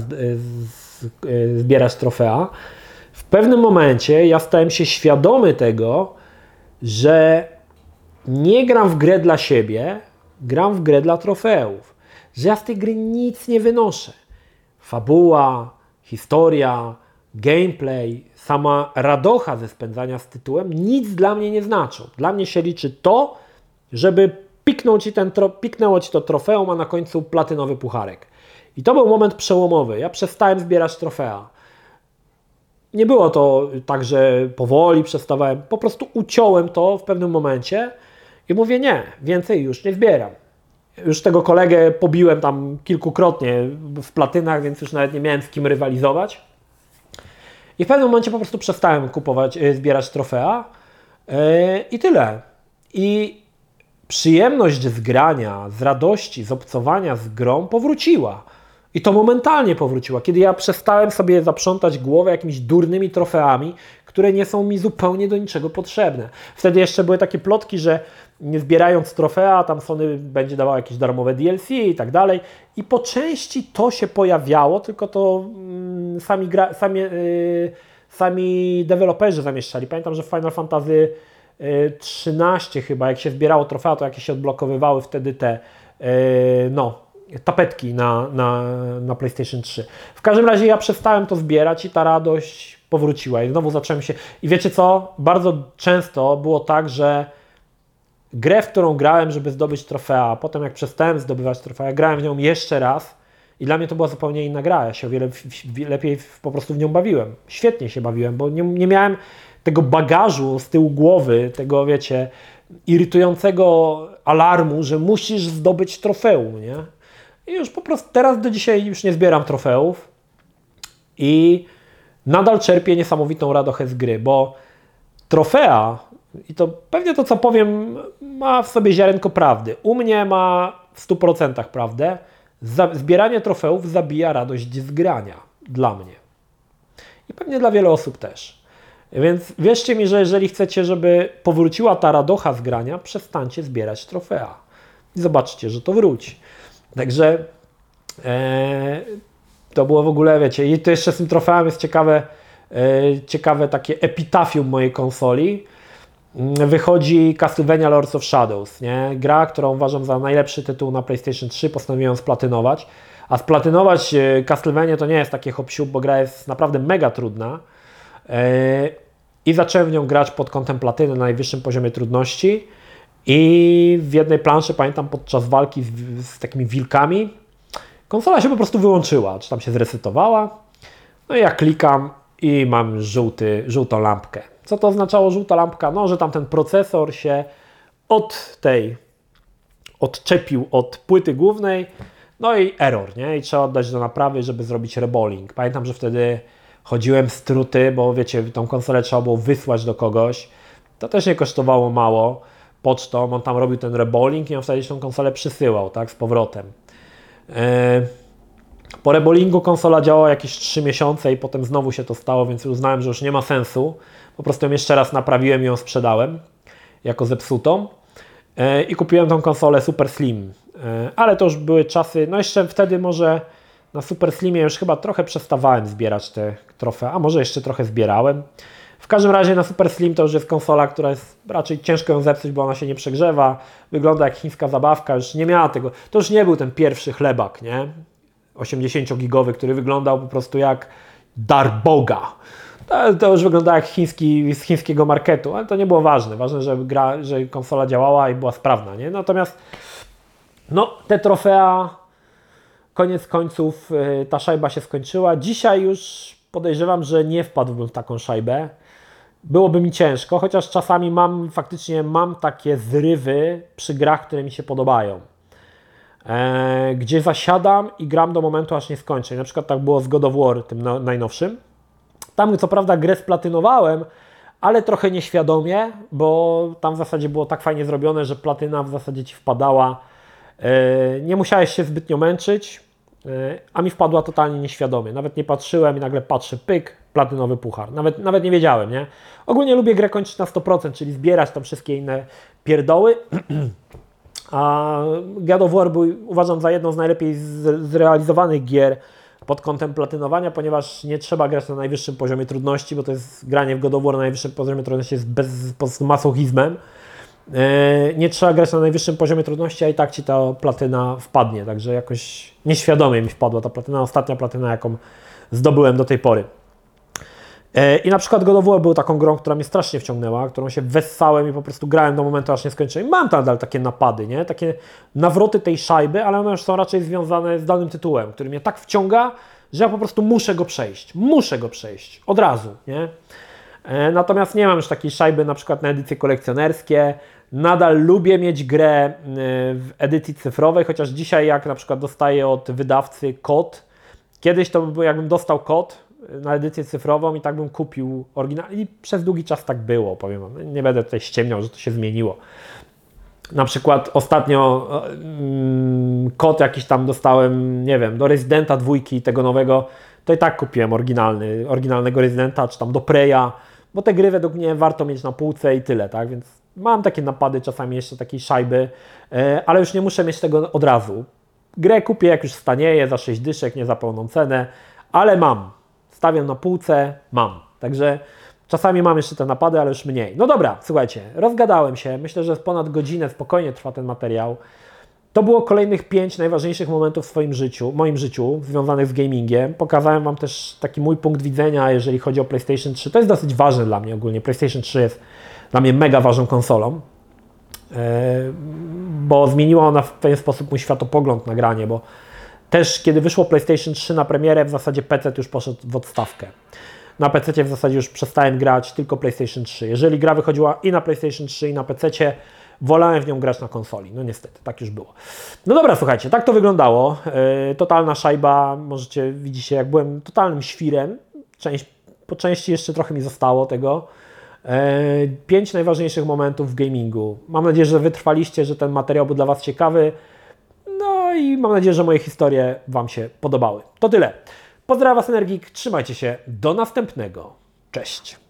zbierać trofea. W pewnym momencie ja stałem się świadomy tego, że nie gram w grę dla siebie, gram w grę dla trofeów. Że ja z tej gry nic nie wynoszę. Fabuła, historia, gameplay, sama radocha ze spędzania z tytułem nic dla mnie nie znaczą. Dla mnie się liczy to, żeby piknęło Ci to trofeum, a na końcu platynowy pucharek. I to był moment przełomowy. Ja przestałem zbierać trofea. nie było to tak, że powoli przestawałem, po prostu uciąłem to w pewnym momencie i mówię nie, więcej już nie zbieram. Już tego kolegę pobiłem tam kilkukrotnie w platynach, więc już nawet nie miałem z kim rywalizować. I w pewnym momencie po prostu przestałem zbierać trofea i tyle. I przyjemność z grania, z radości, z obcowania z grą powróciła. I to momentalnie powróciła, kiedy ja przestałem sobie zaprzątać głowę jakimiś durnymi trofeami, które nie są mi zupełnie do niczego potrzebne. Wtedy jeszcze były takie plotki, że nie zbierając trofea, tam Sony będzie dawało jakieś darmowe DLC i tak dalej. I po części to się pojawiało, tylko to sami deweloperzy zamieszczali. Pamiętam, że w Final Fantasy 13 chyba, jak się zbierało trofea, to jakieś się odblokowywały wtedy te tapetki na PlayStation 3. W każdym razie ja przestałem to zbierać i ta radość powróciła i znowu zacząłem się... I wiecie co? Bardzo często było tak, że grę, w którą grałem, żeby zdobyć trofea, a potem jak przestałem zdobywać trofea, grałem w nią jeszcze raz i dla mnie to była zupełnie inna gra. Ja się o wiele lepiej po prostu w nią bawiłem. Świetnie się bawiłem, bo nie miałem tego bagażu z tyłu głowy, tego wiecie, irytującego alarmu, że musisz zdobyć trofeum, nie? I już po prostu teraz do dzisiaj już nie zbieram trofeów i nadal czerpię niesamowitą radość z gry, bo trofea, i to pewnie to co powiem ma w sobie ziarenko prawdy, u mnie ma w 100% prawdę, zbieranie trofeów zabija radość z grania dla mnie i pewnie dla wielu osób też. Więc wierzcie mi, że jeżeli chcecie, żeby powróciła ta radocha z grania, przestańcie zbierać trofea i zobaczcie, że to wróci. Także to było w ogóle, wiecie, i to jeszcze z tym trofeem jest ciekawe takie epitafium mojej konsoli. Wychodzi Castlevania Lords of Shadows, nie? Gra, którą uważam za najlepszy tytuł na PlayStation 3, postanowiłem splatynować. A splatynować Castlevania to nie jest takie hop-siup, bo gra jest naprawdę mega trudna. I zacząłem w nią grać pod kątem platyny na najwyższym poziomie trudności. I w jednej planszy, pamiętam, podczas walki z takimi wilkami, konsola się po prostu wyłączyła, czy tam się zresetowała. No i ja klikam i mam żółtą lampkę. Co to oznaczało żółta lampka? No, że tam ten procesor się odczepił od płyty głównej, no i error, nie? I trzeba oddać do naprawy, żeby zrobić rebolling. Pamiętam, że wtedy chodziłem z truty, bo wiecie, tą konsolę trzeba było wysłać do kogoś. To też nie kosztowało mało. Pocztą, on tam robił ten rebolling i on wtedy tą konsolę przysyłał, tak, z powrotem. Po rebollingu konsola działała jakieś 3 miesiące i potem znowu się to stało, więc uznałem, że już nie ma sensu. Po prostu ją jeszcze raz naprawiłem i ją sprzedałem jako zepsutą. I kupiłem tą konsolę Super Slim. Ale to już były czasy, no jeszcze wtedy może na Super Slimie już chyba trochę przestawałem zbierać te trofea, a może jeszcze trochę zbierałem. W każdym razie na Super Slim to już jest konsola, która jest raczej ciężko ją zepsuć, bo ona się nie przegrzewa, wygląda jak chińska zabawka, już nie miała tego, to już nie był ten pierwszy chlebak, nie? 80-gigowy, który wyglądał po prostu jak dar Boga. To już wygląda jak z chińskiego marketu, ale to nie było ważne. Ważne, że konsola działała i była sprawna, nie? Natomiast no, te trofea, koniec końców ta szajba się skończyła. Dzisiaj już podejrzewam, że nie wpadłbym w taką szajbę. Byłoby mi ciężko, chociaż czasami mam takie zrywy przy grach, które mi się podobają. Gdzie zasiadam i gram do momentu, aż nie skończę. I na przykład tak było z God of War, tym najnowszym. Tam co prawda grę splatynowałem, ale trochę nieświadomie, bo tam w zasadzie było tak fajnie zrobione, że platyna w zasadzie ci wpadała. Nie musiałeś się zbytnio męczyć, a mi wpadła totalnie nieświadomie. Nawet nie patrzyłem i nagle patrzę, pyk, platynowy puchar. Nawet nie wiedziałem, nie? Ogólnie lubię grę kończyć na 100%, czyli zbierać tam wszystkie inne pierdoły. A God of War był, uważam, za jedną z najlepiej zrealizowanych gier pod kątem platynowania, ponieważ nie trzeba grać na najwyższym poziomie trudności, bo to jest granie w God of War na najwyższym poziomie trudności jest masochizmem. Nie trzeba grać na najwyższym poziomie trudności, a i tak ci ta platyna wpadnie, także jakoś nieświadomie mi wpadła ta platyna, ostatnia platyna, jaką zdobyłem do tej pory. I na przykład God of War był taką grą, która mnie strasznie wciągnęła, którą się wessałem i po prostu grałem do momentu, aż nie skończyłem. I mam nadal takie napady, nie? Takie nawroty tej szajby, ale one już są raczej związane z danym tytułem, który mnie tak wciąga, że ja po prostu muszę go przejść od razu, nie? Natomiast nie mam już takiej szajby na przykład na edycje kolekcjonerskie. Nadal lubię mieć grę w edycji cyfrowej, chociaż dzisiaj jak na przykład dostaję od wydawcy kod, kiedyś to by było, jakbym dostał kod na edycję cyfrową i tak bym kupił oryginał i przez długi czas tak było, powiem wam. Nie będę tutaj ściemniał, że to się zmieniło. Na przykład ostatnio kod jakiś tam dostałem, nie wiem, do Residenta 2 tego nowego, to i tak kupiłem oryginalnego Residenta, czy tam do Preya, bo te gry według mnie warto mieć na półce i tyle, tak, więc mam takie napady, czasami jeszcze takiej szajby, ale już nie muszę mieć tego od razu. Grę kupię jak już stanieje za 6 dyszek, nie za pełną cenę, ale mam, stawiam na półce, mam, także czasami mam jeszcze te napady, ale już mniej. No dobra, słuchajcie, rozgadałem się, myślę, że ponad godzinę spokojnie trwa ten materiał. To było kolejnych 5 najważniejszych momentów w moim życiu związanych z gamingiem. Pokazałem wam też taki mój punkt widzenia, jeżeli chodzi o PlayStation 3. To jest dosyć ważne dla mnie ogólnie. PlayStation 3 jest dla mnie mega ważną konsolą, bo zmieniła ona w pewien sposób mój światopogląd na granie, bo też kiedy wyszło PlayStation 3 na premierę, w zasadzie PC już poszedł w odstawkę. Na PC w zasadzie już przestałem grać tylko PlayStation 3. Jeżeli gra wychodziła i na PlayStation 3 i na PC, wolałem w nią grać na konsoli. No niestety, tak już było. No dobra, słuchajcie, tak to wyglądało. Totalna szajba, widzicie, jak byłem totalnym świrem. Po części jeszcze trochę mi zostało tego. 5 najważniejszych momentów w gamingu. Mam nadzieję, że wytrwaliście, że ten materiał był dla Was ciekawy. No i mam nadzieję, że moje historie Wam się podobały. To tyle. Pozdrawiam Was, Energik. Trzymajcie się. Do następnego. Cześć.